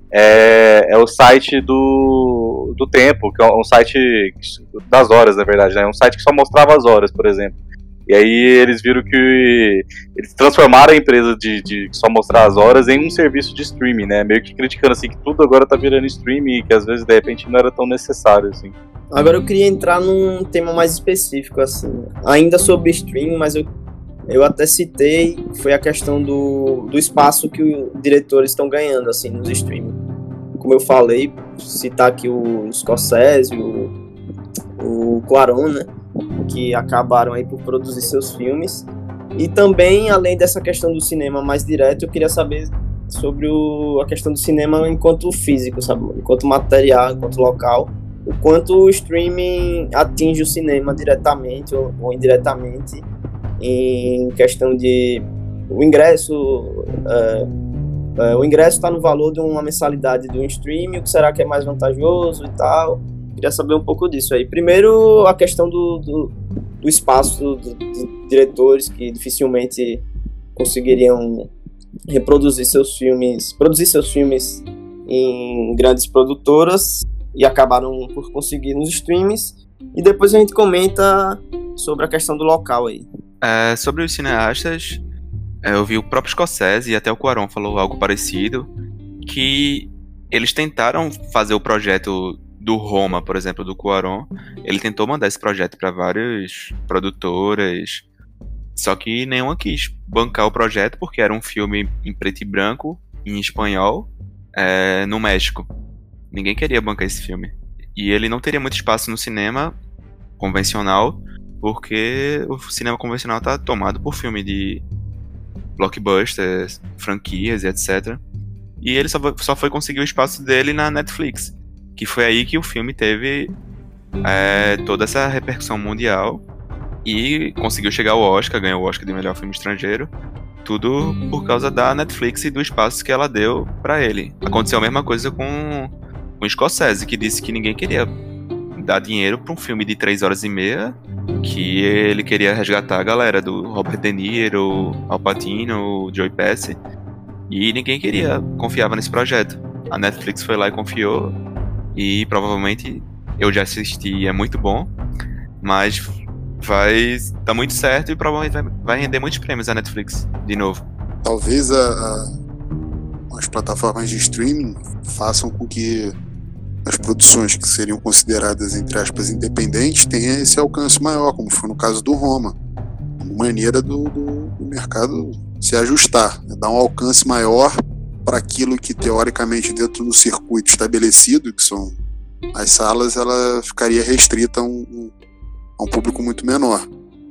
é, é o site do, do Tempo, que é um site das horas, na verdade, né? É um site que só mostrava as horas, por exemplo. E aí eles viram que eles transformaram a empresa de, de só mostrar as horas em um serviço de streaming, né? Meio que criticando assim que tudo agora tá virando streaming, que às vezes de repente não era tão necessário assim. Agora eu queria entrar num tema mais específico, assim, ainda sobre streaming, mas eu, eu até citei, foi a questão do, do espaço que os diretores estão ganhando, assim, nos streaming. Como eu falei, citar aqui o Scorsese, o, o Cuarón, né, que acabaram aí por produzir seus filmes. E também, além dessa questão do cinema mais direto, eu queria saber sobre o, a questão do cinema enquanto físico, sabe, enquanto material, enquanto local. O quanto o streaming atinge o cinema diretamente ou, ou indiretamente, em questão de o ingresso, é, é, o ingresso está no valor de uma mensalidade do streaming, o que será que é mais vantajoso e tal. Queria saber um pouco disso aí. Primeiro, a questão do, do, do espaço dos do, do diretores, que dificilmente conseguiriam reproduzir seus filmes, produzir seus filmes em grandes produtoras, e acabaram por conseguir nos streams. E depois a gente comenta sobre a questão do local aí. É, sobre os cineastas, eu vi o próprio Scorsese e até o Cuarón falou algo parecido, que eles tentaram fazer o projeto do Roma, por exemplo, do Cuarón. Ele tentou mandar esse projeto para várias produtoras, só que nenhuma quis bancar o projeto, porque era um filme em preto e branco, em espanhol, é, no México. Ninguém queria bancar esse filme. E ele não teria muito espaço no cinema convencional, porque o cinema convencional tá tomado por filme de blockbusters, franquias e etcétera. E ele só foi, só foi conseguir o espaço dele na Netflix, que foi aí que o filme teve é, toda essa repercussão mundial e conseguiu chegar ao Oscar, ganhou o Oscar de melhor filme estrangeiro. Tudo por causa da Netflix e do espaço que ela deu pra ele. Aconteceu a mesma coisa com o Scorsese, que disse que ninguém queria dar dinheiro pra um filme de três horas e meia, que ele queria resgatar a galera do Robert De Niro, Al Pacino, Joey Pesci, e ninguém queria, confiava nesse projeto. A Netflix foi lá e confiou, e provavelmente eu já assisti e é muito bom, mas vai dar muito certo e provavelmente vai, vai render muitos prêmios a Netflix de novo. Talvez a, a, as plataformas de streaming façam com que as produções que seriam consideradas, entre aspas, independentes tenham esse alcance maior, como foi no caso do Roma. Uma maneira do, do, do mercado se ajustar, né? Dar um alcance maior para aquilo que, teoricamente, dentro do circuito estabelecido, que são as salas, ela ficaria restrita a um, a um público muito menor.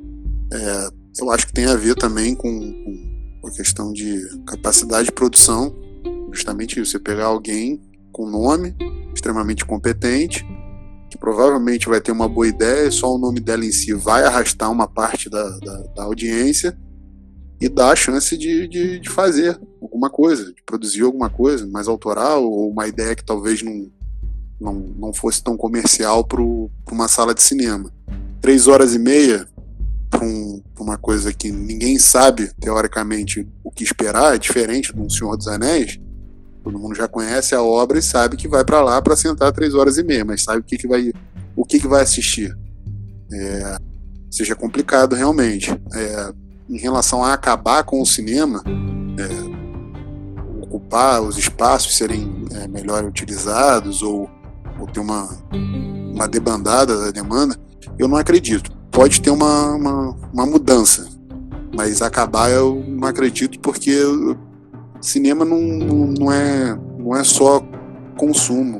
É, eu acho que tem a ver também com, com a questão de capacidade de produção, justamente isso, você pegar alguém com nome, extremamente competente, que provavelmente vai ter uma boa ideia, só o nome dela em si vai arrastar uma parte da, da, da audiência e dar a chance de, de, de fazer alguma coisa, de produzir alguma coisa mais autoral, ou uma ideia que talvez não, não, não fosse tão comercial para uma sala de cinema. Três horas e meia para um, uma coisa que ninguém sabe, teoricamente, o que esperar, é diferente de um Senhor dos Anéis. Todo mundo já conhece a obra e sabe que vai para lá para sentar três horas e meia, mas sabe o que, que, vai, o que, que vai assistir. É, seja complicado realmente. É, em relação a acabar com o cinema, é, ocupar os espaços, serem é, melhor utilizados ou, ou ter uma, uma debandada da demanda, eu não acredito. Pode ter uma, uma, uma mudança, mas acabar eu não acredito, porque cinema não, não, não, é, não é só consumo,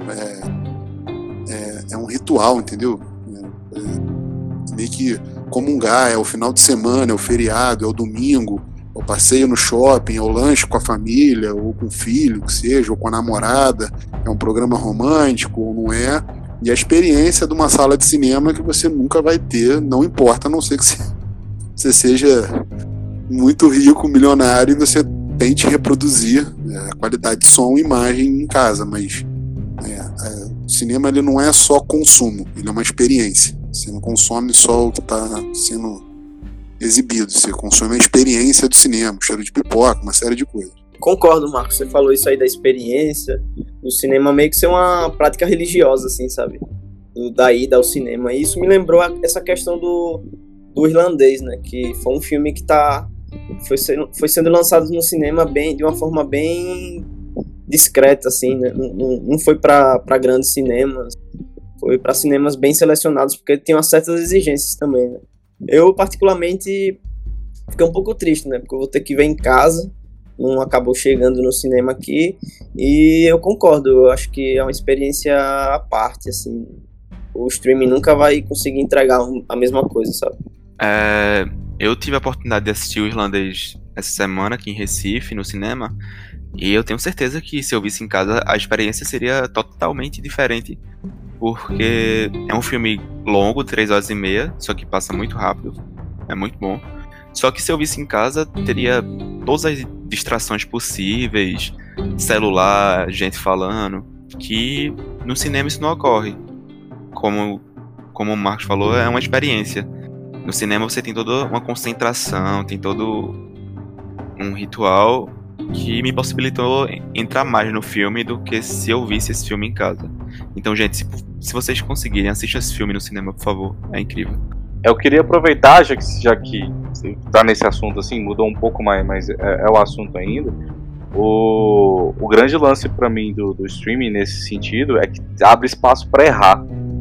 é, é, é um ritual, entendeu? É, é meio que comungar, é o final de semana, é o feriado, é o domingo, é o passeio no shopping, é o lanche com a família, ou com o filho, que seja, ou com a namorada, é um programa romântico, ou não é, e a experiência de uma sala de cinema que você nunca vai ter, não importa, a não ser que você, você seja muito rico, milionário, e você tente reproduzir é, a qualidade de som e imagem em casa, mas é, é, o cinema ele não é só consumo, ele é uma experiência. Você não consome só o que está sendo exibido, você consome a experiência do cinema, o cheiro de pipoca, uma série de coisas. Concordo, Marcos, você falou isso aí da experiência, do cinema meio que ser uma prática religiosa, assim, sabe? Do, da ida ao cinema. E isso me lembrou a, essa questão do, do Irlandês, né? Que foi um filme que tá, foi, sendo, foi sendo lançado no cinema bem, de uma forma bem discreta, assim, né? Não, não, não foi para grandes cinemas, foi para cinemas bem selecionados, porque tem umas certas exigências também, né? Eu, particularmente, fiquei um pouco triste, né? Porque eu vou ter que ver em casa, não acabou chegando no cinema aqui, e eu concordo, eu acho que é uma experiência à parte, assim, o streaming nunca vai conseguir entregar a mesma coisa, sabe? É, eu tive a oportunidade de assistir o Irlandês essa semana aqui em Recife, no cinema, e eu tenho certeza que se eu visse em casa, a experiência seria totalmente diferente, porque é um filme longo, três horas e meia, só que passa muito rápido, é muito bom. Só que se eu visse em casa, teria todas as distrações possíveis, celular, gente falando, que no cinema isso não ocorre. Como, como o Marcos falou, é uma experiência. No cinema você tem toda uma concentração, tem todo um ritual que me possibilitou entrar mais no filme do que se eu visse esse filme em casa. Então, gente, se, se vocês conseguirem, assistam esse filme no cinema, por favor. É incrível. Eu queria aproveitar, já que, já que tá nesse assunto assim, mudou um pouco mais, mas é, é o assunto ainda. O, o grande lance pra mim do, do streaming nesse sentido é que abre espaço pra errar.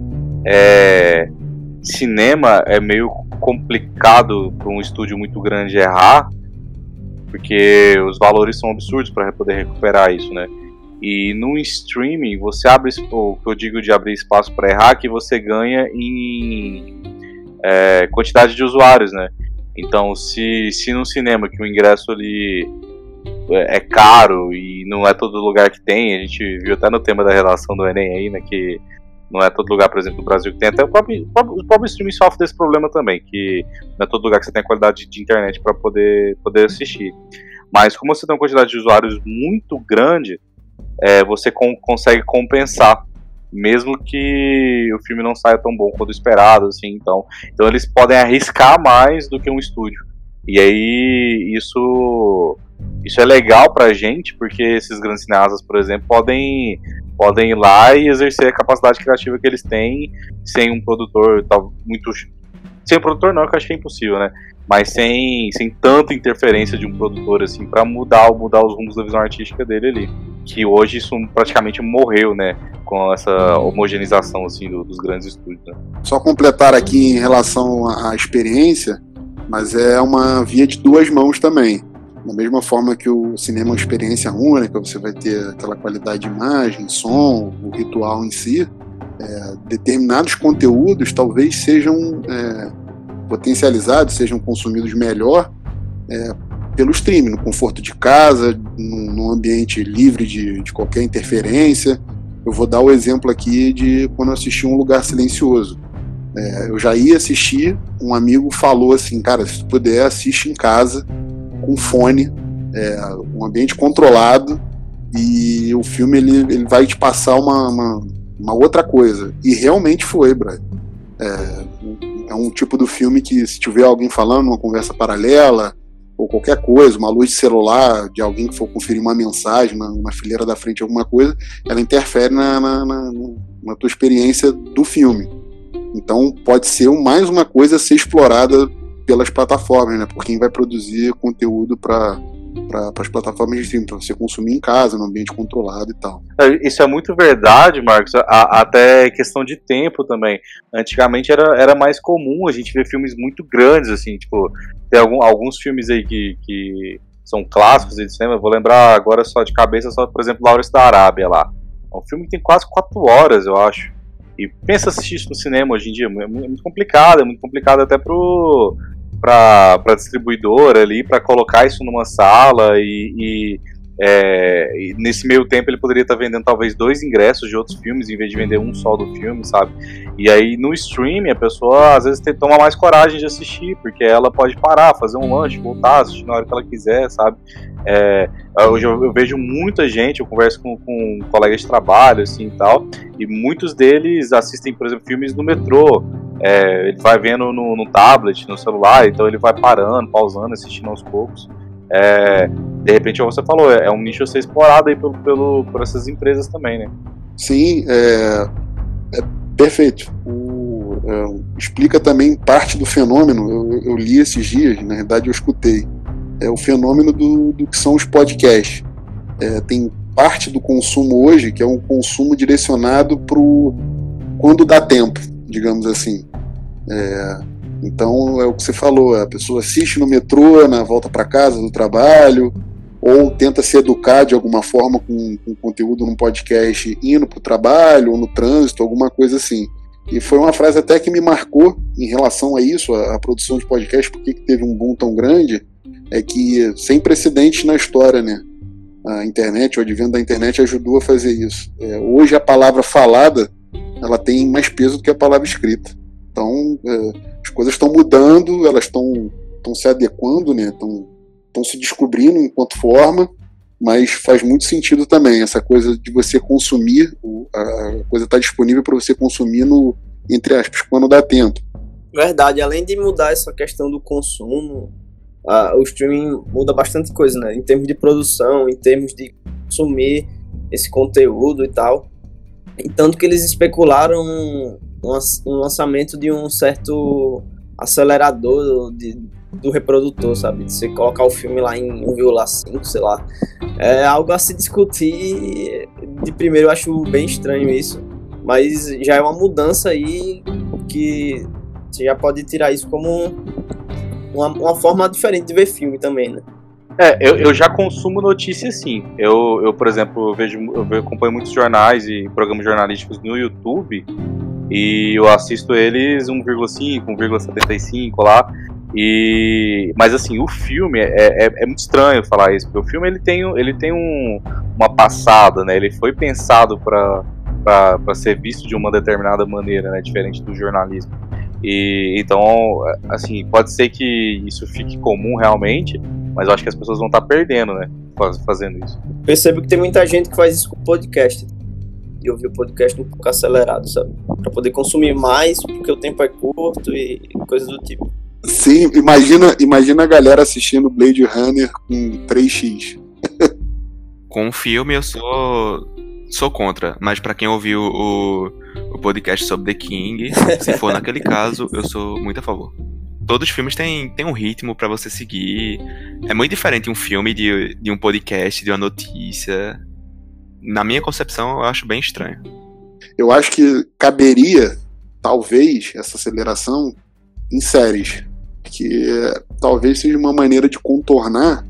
É, cinema é meio complicado pra um estúdio muito grande errar, porque os valores são absurdos para poder recuperar isso, né? E no streaming, você abre, o que eu digo de abrir espaço para errar, que você ganha em é, quantidade de usuários, né? Então, se, se no cinema que o ingresso ali é caro e não é todo lugar que tem, a gente viu até no tema da redação do Enem aí, né, que não é todo lugar, por exemplo, do Brasil que tem, até o próprio, o próprio streaming sofre desse problema também, que não é todo lugar que você tem qualidade de internet para poder, poder assistir. Mas como você tem uma quantidade de usuários muito grande, é, você com, consegue compensar, mesmo que o filme não saia tão bom quanto esperado, assim, então, então eles podem arriscar mais do que um estúdio. E aí isso, isso é legal pra gente, porque esses grandes cineastas, por exemplo, podem, podem ir lá e exercer a capacidade criativa que eles têm sem um produtor tal, muito... Sem um produtor não, que eu acho que é impossível, né? Mas sem, sem tanta interferência de um produtor, assim, pra mudar, mudar os rumos da visão artística dele ali. Que hoje isso praticamente morreu, né? Com essa homogeneização, assim, do, dos grandes estúdios, né? Só completar aqui em relação à experiência, mas é uma via de duas mãos também. Da mesma forma que o cinema é uma experiência única, você vai ter aquela qualidade de imagem, som, o ritual em si, é, determinados conteúdos talvez sejam é, potencializados, sejam consumidos melhor é, pelo streaming, no conforto de casa, num, num ambiente livre de, de qualquer interferência. Eu vou dar o exemplo aqui de quando eu assisti Um Lugar Silencioso. É, eu já ia assistir, um amigo falou assim, cara, se tu puder, assiste em casa, com fone, é, um ambiente controlado, e o filme ele, ele vai te passar uma, uma, uma outra coisa. E realmente foi, Brian. É, é um tipo do filme que, se tiver alguém falando numa conversa paralela, ou qualquer coisa, uma luz de celular de alguém que for conferir uma mensagem na, na fileira da frente, alguma coisa, ela interfere na, na, na, na tua experiência do filme. Então pode ser mais uma coisa a ser explorada pelas plataformas, né? Por quem vai produzir conteúdo para para as plataformas de streaming, para você consumir em casa, no ambiente controlado e tal. Isso é muito verdade, Marcos, a, até questão de tempo também. Antigamente era, era mais comum a gente ver filmes muito grandes, assim, tipo, tem algum, alguns filmes aí que, que são clássicos de cinema, eu vou lembrar agora só de cabeça, só, por exemplo, Lawrence da Arábia lá. É um filme que tem quase quatro horas, eu acho. E pensa assistir isso no cinema hoje em dia, é muito complicado, é muito complicado até pro... para a distribuidora ali, para colocar isso numa sala e, e, é, e nesse meio tempo ele poderia estar tá vendendo talvez dois ingressos de outros filmes em vez de vender um só do filme, sabe? E aí no streaming a pessoa às vezes tem, toma mais coragem de assistir, porque ela pode parar, fazer um lanche, voltar, assistir na hora que ela quiser, sabe? É, hoje eu, eu vejo muita gente, eu converso com, com colegas de trabalho assim e tal, e muitos deles assistem, por exemplo, filmes no metrô. É, ele vai vendo no, no tablet, no celular, então ele vai parando, pausando, assistindo aos poucos. É, de repente, como você falou, é, é um nicho a ser explorado aí pelo, pelo, por essas empresas também, né? Sim, é, é perfeito. O, é, explica também parte do fenômeno, eu, eu li esses dias, na verdade eu escutei, é o fenômeno do, do que são os podcasts. É, tem parte do consumo hoje que é um consumo direcionado para quando dá tempo, digamos assim. É, então é o que você falou, a pessoa assiste no metrô, na volta para casa do trabalho, ou tenta se educar de alguma forma com, com conteúdo num podcast indo para o trabalho, ou no trânsito, alguma coisa assim. E foi uma frase até que me marcou em relação a isso, a, a produção de podcast, porque que teve um boom tão grande, é que sem precedentes na história, né? A internet, o advento da internet ajudou a fazer isso. É, hoje a palavra falada ela tem mais peso do que a palavra escrita. Então, é, as coisas estão mudando, elas estão se adequando, né? Estão se descobrindo enquanto forma, mas faz muito sentido também essa coisa de você consumir, a coisa está disponível para você consumir no, entre aspas, quando dá tempo. Verdade, além de mudar essa questão do consumo, a, o streaming muda bastante coisa, né? Em termos de produção, em termos de consumir esse conteúdo e tal. E tanto que eles especularam um, um lançamento de um certo acelerador de, do reprodutor, sabe? De você colocar o filme lá em um vírgula cinco, sei lá. É algo a se discutir. De primeiro eu acho bem estranho isso, mas já é uma mudança aí que você já pode tirar isso como uma, uma forma diferente de ver filme também, né? É, eu, eu já consumo notícias sim. Eu, eu por exemplo, eu vejo, eu acompanho muitos jornais e programas jornalísticos no YouTube e eu assisto eles um vírgula cinco, um vírgula setenta e cinco lá. E, mas assim, o filme é, é, é muito estranho falar isso, porque o filme ele tem, ele tem um, uma passada, né? Ele foi pensado para para ser visto de uma determinada maneira, né? Diferente do jornalismo. E então, assim, pode ser que isso fique comum realmente, mas eu acho que as pessoas vão estar perdendo, né, fazendo isso. Percebo que tem muita gente que faz isso com podcast. E ouvir o podcast um pouco acelerado, sabe? Pra poder consumir mais, porque o tempo é curto e coisas do tipo. Sim, imagina, imagina a galera assistindo Blade Runner com três x. Com o filme eu sou sou contra, mas pra quem ouviu o, o podcast sobre The King, se for naquele caso, eu sou muito a favor. Todos os filmes têm, têm um ritmo pra você seguir. É muito diferente um filme de, de um podcast, de uma notícia. Na minha concepção, eu acho bem estranho. Eu acho que caberia, talvez, essa aceleração em séries. Que talvez seja uma maneira de contornar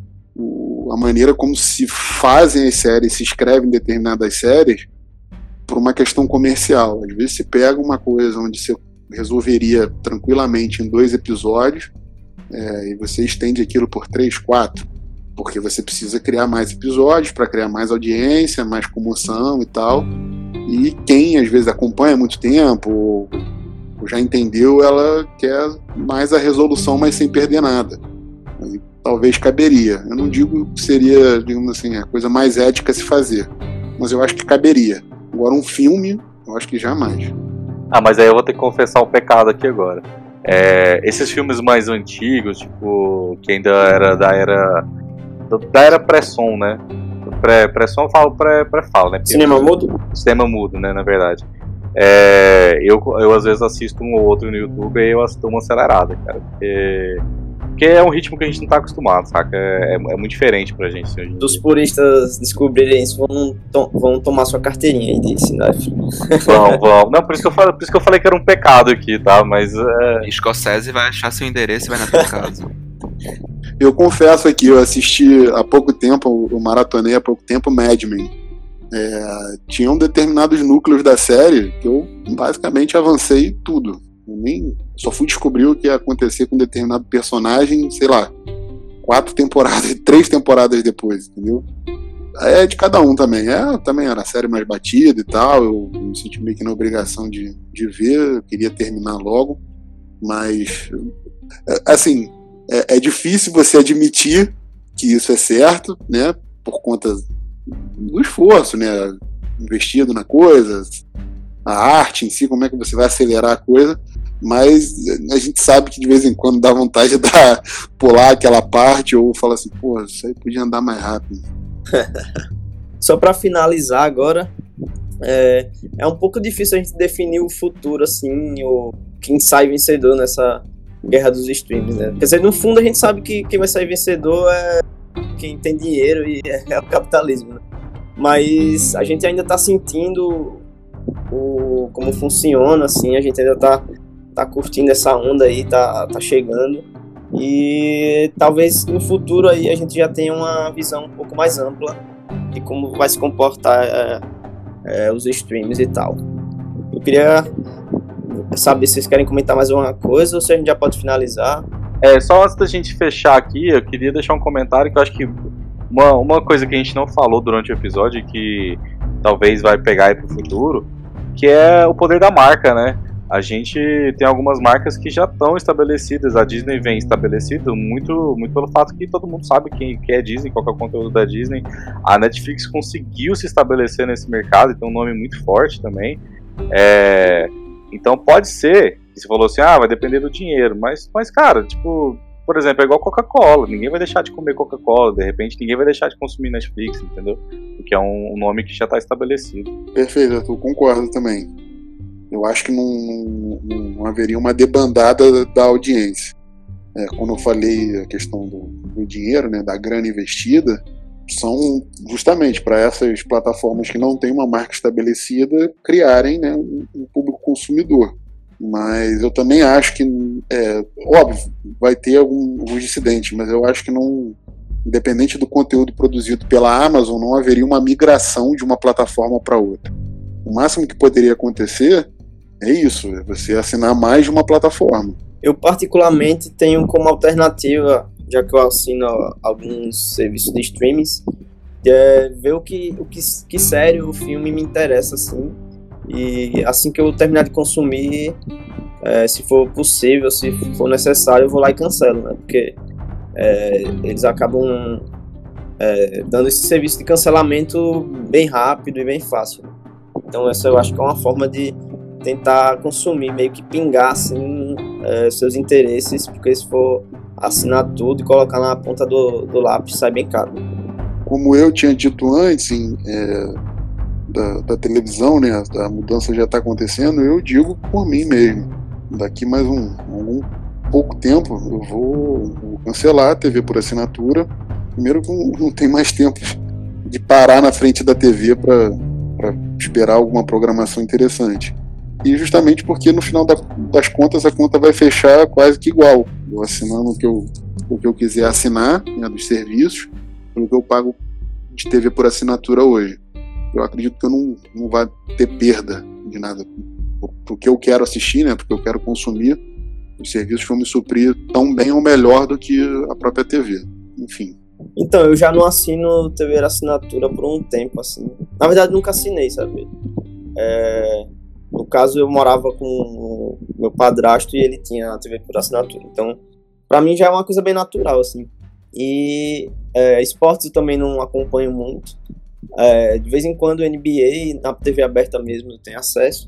o, a maneira como se fazem as séries, se escrevem determinadas séries, por uma questão comercial. Às vezes se pega uma coisa onde você resolveria tranquilamente em dois episódios é, e você estende aquilo por três, quatro, porque você precisa criar mais episódios para criar mais audiência, mais comoção e tal, e quem às vezes acompanha há muito tempo ou, ou já entendeu, ela quer mais a resolução, mas sem perder nada. E talvez caberia, eu não digo que seria, digamos assim, a coisa mais ética a se fazer, mas eu acho que caberia. Agora um filme, eu acho que jamais. Ah, mas aí eu vou ter que confessar um pecado aqui agora. É, esses filmes mais antigos, tipo, que ainda era da era da era pré-som, né? Pré, pré-som eu falo pré, pré-falo, né? Porque Cinema mudo? Cinema mudo, né, na verdade. É, eu, eu às vezes assisto um ou outro no YouTube e eu assisto uma acelerada, cara. Porque, porque é um ritmo que a gente não tá acostumado, saca? É, é, é muito diferente pra gente. Assim, Dos puristas descobrirem isso, vão, to vão tomar sua carteirinha aí de cinéfilo. Vão, vão. Não, por isso, que eu falei, por isso que eu falei que era um pecado aqui, tá? Mas. É... Scorsese vai achar seu endereço e vai na tua casa. Eu confesso aqui, eu assisti há pouco tempo, eu maratonei há pouco tempo Mad Men. É, tinham determinados núcleos da série que eu basicamente avancei tudo. Eu nem, só fui descobrir o que ia acontecer com determinado personagem, sei lá, quatro temporadas, três temporadas depois, entendeu? É de cada um também. É, também era a série mais batida e tal, eu me senti meio que na obrigação de, de ver, eu queria terminar logo, mas, assim, é, é difícil você admitir que isso é certo, né, por conta do esforço, né, investido na coisa, a arte em si, como é que você vai acelerar a coisa, mas a gente sabe que de vez em quando dá vontade de dar, pular aquela parte ou falar assim, pô, isso aí podia andar mais rápido. Só para finalizar agora, é, é um pouco difícil a gente definir o futuro, assim, o, quem sai vencedor nessa guerra dos streams, né? Quer dizer, no fundo a gente sabe que quem vai sair vencedor é quem tem dinheiro e é o capitalismo, né? Mas a gente ainda tá sentindo o, como funciona, assim, a gente ainda tá, tá curtindo essa onda aí, tá, tá chegando, e talvez no futuro aí a gente já tenha uma visão um pouco mais ampla de como vai se comportar é, é, os streams e tal. Eu queria saber se vocês querem comentar mais alguma coisa ou se a gente já pode finalizar. É, só antes da gente fechar aqui, eu queria deixar um comentário que eu acho que uma, uma coisa que a gente não falou durante o episódio que talvez vai pegar aí pro futuro, que é o poder da marca, né? A gente tem algumas marcas que já estão estabelecidas, a Disney vem estabelecida muito, muito pelo fato que todo mundo sabe quem que é Disney, qual que é o conteúdo da Disney. A Netflix conseguiu se estabelecer nesse mercado e tem um nome muito forte também. É, então pode ser, você falou assim, ah, vai depender do dinheiro, mas, mas cara, tipo, por exemplo, é igual Coca-Cola, ninguém vai deixar de comer Coca-Cola, de repente ninguém vai deixar de consumir Netflix, entendeu? Porque é um, um nome que já está estabelecido. Perfeito, eu concordo também. Eu acho que não, não, não haveria uma debandada da audiência. É, quando eu falei a questão do, do dinheiro, né, da grana investida, são justamente para essas plataformas que não têm uma marca estabelecida criarem, né, um, um público consumidor. Mas eu também acho que, é, óbvio, vai ter algum, alguns dissidentes, mas eu acho que não, independente do conteúdo produzido pela Amazon, não haveria uma migração de uma plataforma para outra. O máximo que poderia acontecer é isso, é você assinar mais de uma plataforma. Eu particularmente tenho como alternativa, já que eu assino alguns serviços de streamings, é ver o que, o que, que série o filme me interessa, assim, e assim que eu terminar de consumir, é, se for possível, se for necessário, eu vou lá e cancelo, né, porque é, eles acabam é, dando esse serviço de cancelamento bem rápido e bem fácil. Então essa eu acho que é uma forma de tentar consumir, meio que pingar assim, é, seus interesses, porque se for assinar tudo e colocar na ponta do, do lápis, sai bem caro. Como eu tinha dito antes, em, é, da, da televisão, né, a mudança já está acontecendo, eu digo por mim mesmo. Daqui mais um, um pouco tempo eu vou, vou cancelar a T V por assinatura. Primeiro que não, não tem mais tempo de parar na frente da T V para esperar alguma programação interessante. E justamente porque no final da, das contas a conta vai fechar quase que igual. Eu assinando o que eu, o que eu quiser assinar, né, dos serviços, pelo que eu pago de T V por assinatura hoje. Eu acredito que eu não, não vai ter perda de nada. Porque eu quero assistir, né, porque eu quero consumir, os serviços vão me suprir tão bem ou melhor do que a própria T V. Enfim. Então, eu já não assino T V por assinatura por um tempo, assim. Na verdade, nunca assinei, sabe? É... No caso, eu morava com o meu padrasto e ele tinha a T V por assinatura. Então, pra mim já é uma coisa bem natural, assim. E é, esportes eu também não acompanho muito. É, de vez em quando N B A, na T V aberta mesmo, eu tenho acesso.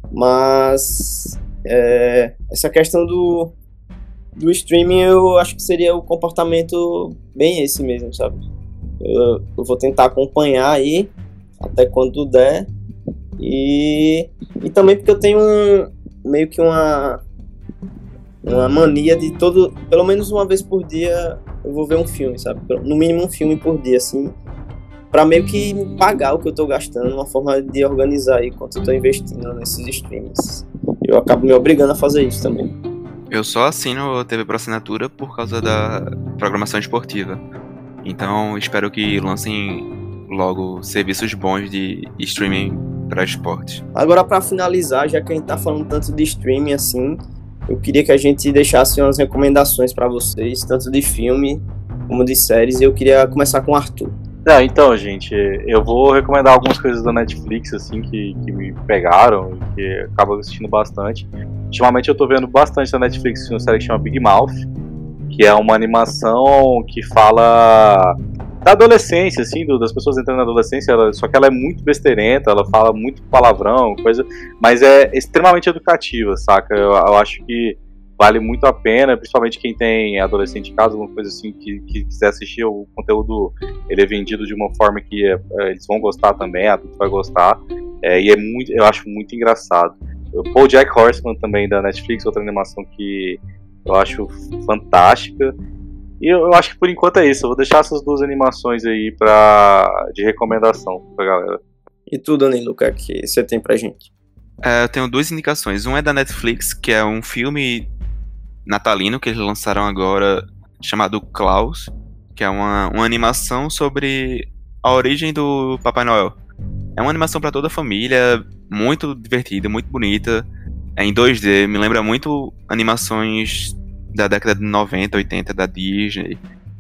Mas é, essa questão do, do streaming, eu acho que seria o comportamento bem esse mesmo, sabe? Eu, eu vou tentar acompanhar aí até quando der. E, e também porque eu tenho um, meio que uma, uma mania de todo, pelo menos uma vez por dia eu vou ver um filme, sabe? No mínimo um filme por dia, assim, pra meio que pagar o que eu tô gastando, uma forma de organizar aí quanto eu tô investindo nesses streams. Eu acabo me obrigando a fazer isso também. Eu só assino T V por assinatura por causa da programação esportiva. Então espero que lancem logo serviços bons de streaming para esportes. Agora, para finalizar, já que a gente tá falando tanto de streaming assim, eu queria que a gente deixasse umas recomendações para vocês, tanto de filme como de séries, e eu queria começar com o Arthur. Ah, então, gente, eu vou recomendar algumas coisas da Netflix, assim, que, que me pegaram e que acabo assistindo bastante. Ultimamente eu tô vendo bastante da Netflix uma série que chama Big Mouth, que é uma animação que fala da adolescência, assim, do, das pessoas entrando na adolescência, ela, só que ela é muito besteirenta, ela fala muito palavrão, coisa, mas é extremamente educativa, saca? Eu, eu acho que vale muito a pena, principalmente quem tem adolescente em casa, alguma coisa assim, que, que quiser assistir. O conteúdo, ele é vendido de uma forma que é, eles vão gostar também, a adulto vai gostar, é, e é muito, eu acho muito engraçado. O BoJack Horseman também, da Netflix, outra animação que eu acho fantástica. E eu, eu acho que por enquanto é isso. Eu vou deixar essas duas animações aí pra, de recomendação pra galera. E tu, Danilo, o que é que você tem pra gente? É, eu tenho duas indicações. Um é da Netflix, que é um filme natalino que eles lançaram agora, chamado Klaus, que é uma, uma animação sobre a origem do Papai Noel. É uma animação pra toda a família, muito divertida, muito bonita. É em dois D, me lembra muito animações da década de noventa, oitenta da Disney.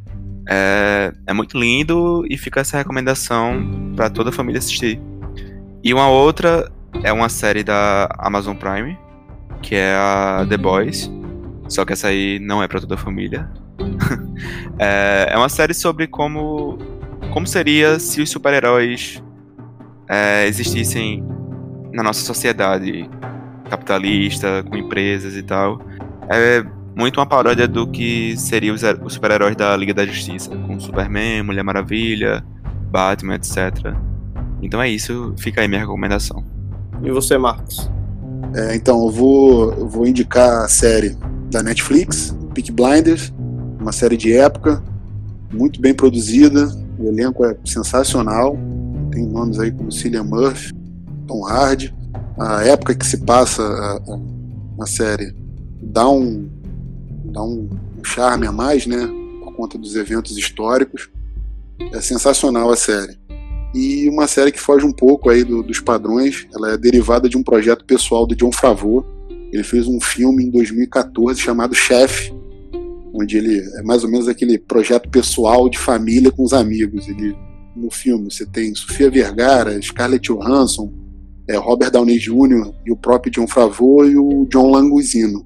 É, é muito lindo e fica essa recomendação pra toda a família assistir. E uma outra é uma série da Amazon Prime, que é a The Boys, só que essa aí não é pra toda a família. é, é uma série sobre como, como seria se os super-heróis é, existissem na nossa sociedade capitalista, com empresas e tal. É muito uma paródia do que seriam os, os super-heróis da Liga da Justiça, com Superman, Mulher Maravilha, Batman, etcétera. Então é isso, fica aí minha recomendação. E você, Marcos? É, então, eu vou, eu vou indicar a série da Netflix, Peaky Blinders, uma série de época, muito bem produzida, o elenco é sensacional, tem nomes aí como Cillian Murphy, Tom Hardy. A época que se passa a, a, a série dá um dá um, um charme a mais, né, por conta dos eventos históricos. É sensacional a série. E uma série que foge um pouco aí do, dos padrões. Ela é derivada de um projeto pessoal do Jon Favreau. Ele fez um filme em dois mil e catorze chamado Chef, onde ele é mais ou menos aquele projeto pessoal de família com os amigos. Ele, no filme você tem Sofia Vergara, Scarlett Johansson, é, Robert Downey júnior e o próprio Jon Favreau e o John Leguizamo.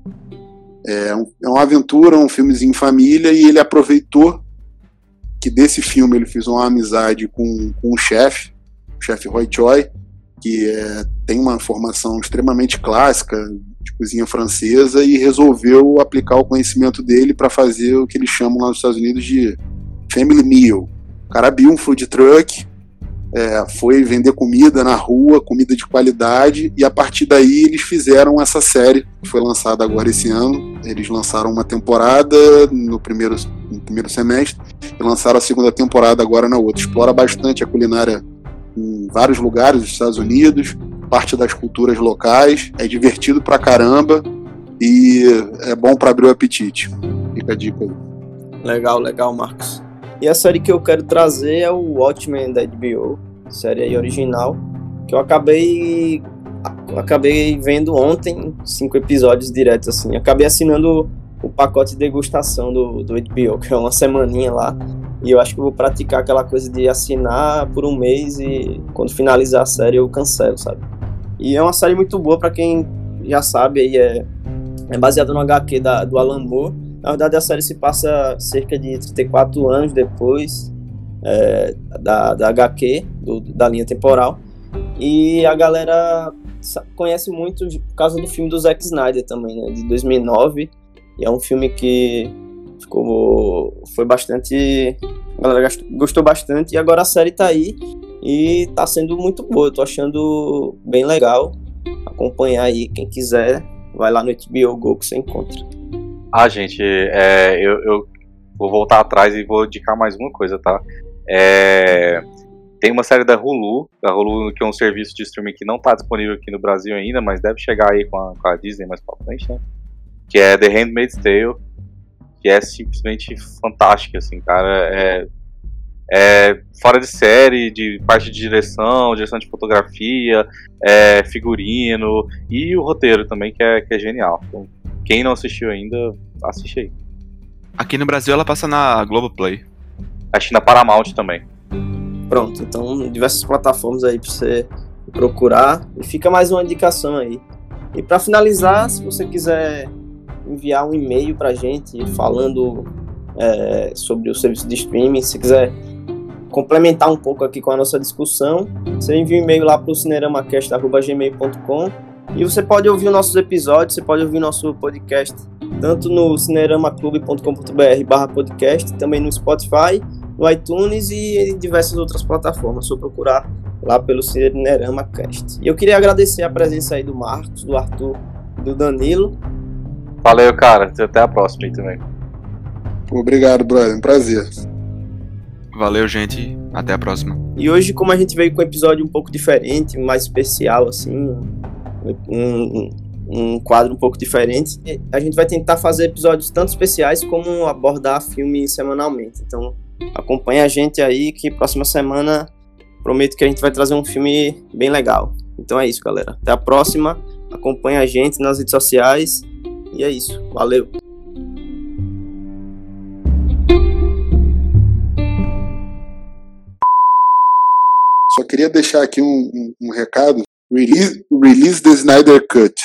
É, um, é uma aventura, um filmezinho em família, e ele aproveitou que desse filme ele fez uma amizade com, com um chefe, o chefe Roy Choi, que é, tem uma formação extremamente clássica de cozinha francesa, e resolveu aplicar o conhecimento dele para fazer o que eles chamam lá nos Estados Unidos de Family Meal. O cara abriu um food truck, é, foi vender comida na rua, comida de qualidade, e a partir daí eles fizeram essa série, que foi lançada agora esse ano. Eles lançaram uma temporada no primeiro, no primeiro semestre e lançaram a segunda temporada agora na outra. Explora bastante a culinária em vários lugares dos Estados Unidos, parte das culturas locais, é divertido pra caramba e é bom pra abrir o apetite. Fica a dica aí. Legal, legal, Marcos. E a série que eu quero trazer é o Watchmen da H B O, série aí original, que eu acabei acabei vendo ontem, cinco episódios diretos assim. Acabei assinando o pacote de degustação do, do H B O, que é uma semaninha lá, e eu acho que eu vou praticar aquela coisa de assinar por um mês e quando finalizar a série eu cancelo, sabe? E é uma série muito boa pra quem já sabe, aí é, é baseada no H Q da, do Alan Moore. Na verdade, a série se passa cerca de trinta e quatro anos depois. é, da, da agá quê, do, da linha temporal. E a galera conhece muito por causa do filme do Zack Snyder também, né, de dois mil e nove. E é um filme que ficou, foi bastante... A galera gostou bastante. E agora a série tá aí e tá sendo muito boa. Eu tô achando bem legal. Acompanhar aí, quem quiser, vai lá no H B O Go que você encontra. Ah, gente, é, eu, eu vou voltar atrás e vou indicar mais uma coisa, tá? É, tem uma série da Hulu, da Hulu, que é um serviço de streaming que não tá disponível aqui no Brasil ainda, mas deve chegar aí com a, com a Disney mais pra frente, né? Que é The Handmaid's Tale, que é simplesmente fantástica, assim, cara. É, é fora de série, de parte de direção, direção de fotografia, é, figurino e o roteiro também, que é, que é genial. Então, quem não assistiu ainda, assiste aí. Aqui no Brasil ela passa na Globoplay. Acho que na Paramount também. Pronto, então diversas plataformas aí pra você procurar. E fica mais uma indicação aí. E pra finalizar, se você quiser enviar um e-mail pra gente falando é, sobre o serviço de streaming, se quiser complementar um pouco aqui com a nossa discussão, você envia um e-mail lá pro cineramacast arroba gmail ponto com e você pode ouvir os nossos episódios, você pode ouvir nosso podcast tanto no cineramaclube ponto com ponto b r barra podcast, também no Spotify, no iTunes e em diversas outras plataformas, só procurar lá pelo CinemaCast. E eu queria agradecer a presença aí do Marcos, do Arthur e do Danilo. Valeu, cara. Até a próxima aí também. Obrigado, brother. Um prazer. Valeu, gente. Até a próxima. E hoje, como a gente veio com um episódio um pouco diferente, mais especial, assim, um, um, um quadro um pouco diferente, a gente vai tentar fazer episódios tanto especiais como abordar filmes semanalmente. Então, acompanhe a gente aí, que próxima semana prometo que a gente vai trazer um filme bem legal. Então é isso, galera. Até a próxima. Acompanhe a gente nas redes sociais. E é isso. Valeu. Só queria deixar aqui um, um, um recado. Release, release the Snyder Cut.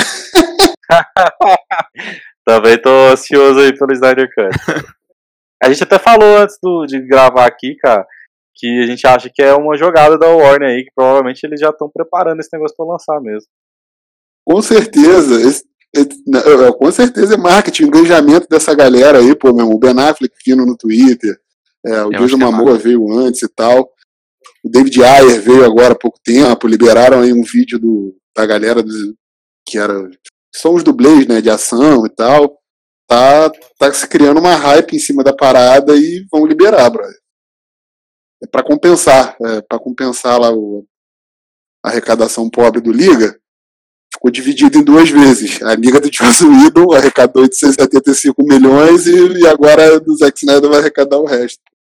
Também tô ansioso aí pelo Snyder Cut. A gente até falou antes do, de gravar aqui, cara, que a gente acha que é uma jogada da Warner aí, que provavelmente eles já estão preparando esse negócio pra lançar mesmo. Com certeza. Esse, esse, com certeza é marketing, engajamento dessa galera aí, pô, mesmo. O Ben Affleck aqui no, no Twitter, é, o Jason Momoa veio antes e tal. O David Ayer veio agora há pouco tempo, liberaram aí um vídeo do, da galera do, que era, são os dublês, né, de ação e tal. Tá, tá se criando uma hype em cima da parada e vão liberar, brother. É pra compensar, é pra compensar lá o, a arrecadação pobre do Liga, ficou dividido em duas vezes. A Liga do Joss Whedon arrecadou oitocentos e setenta e cinco milhões e, e agora o Zack Snyder vai arrecadar o resto.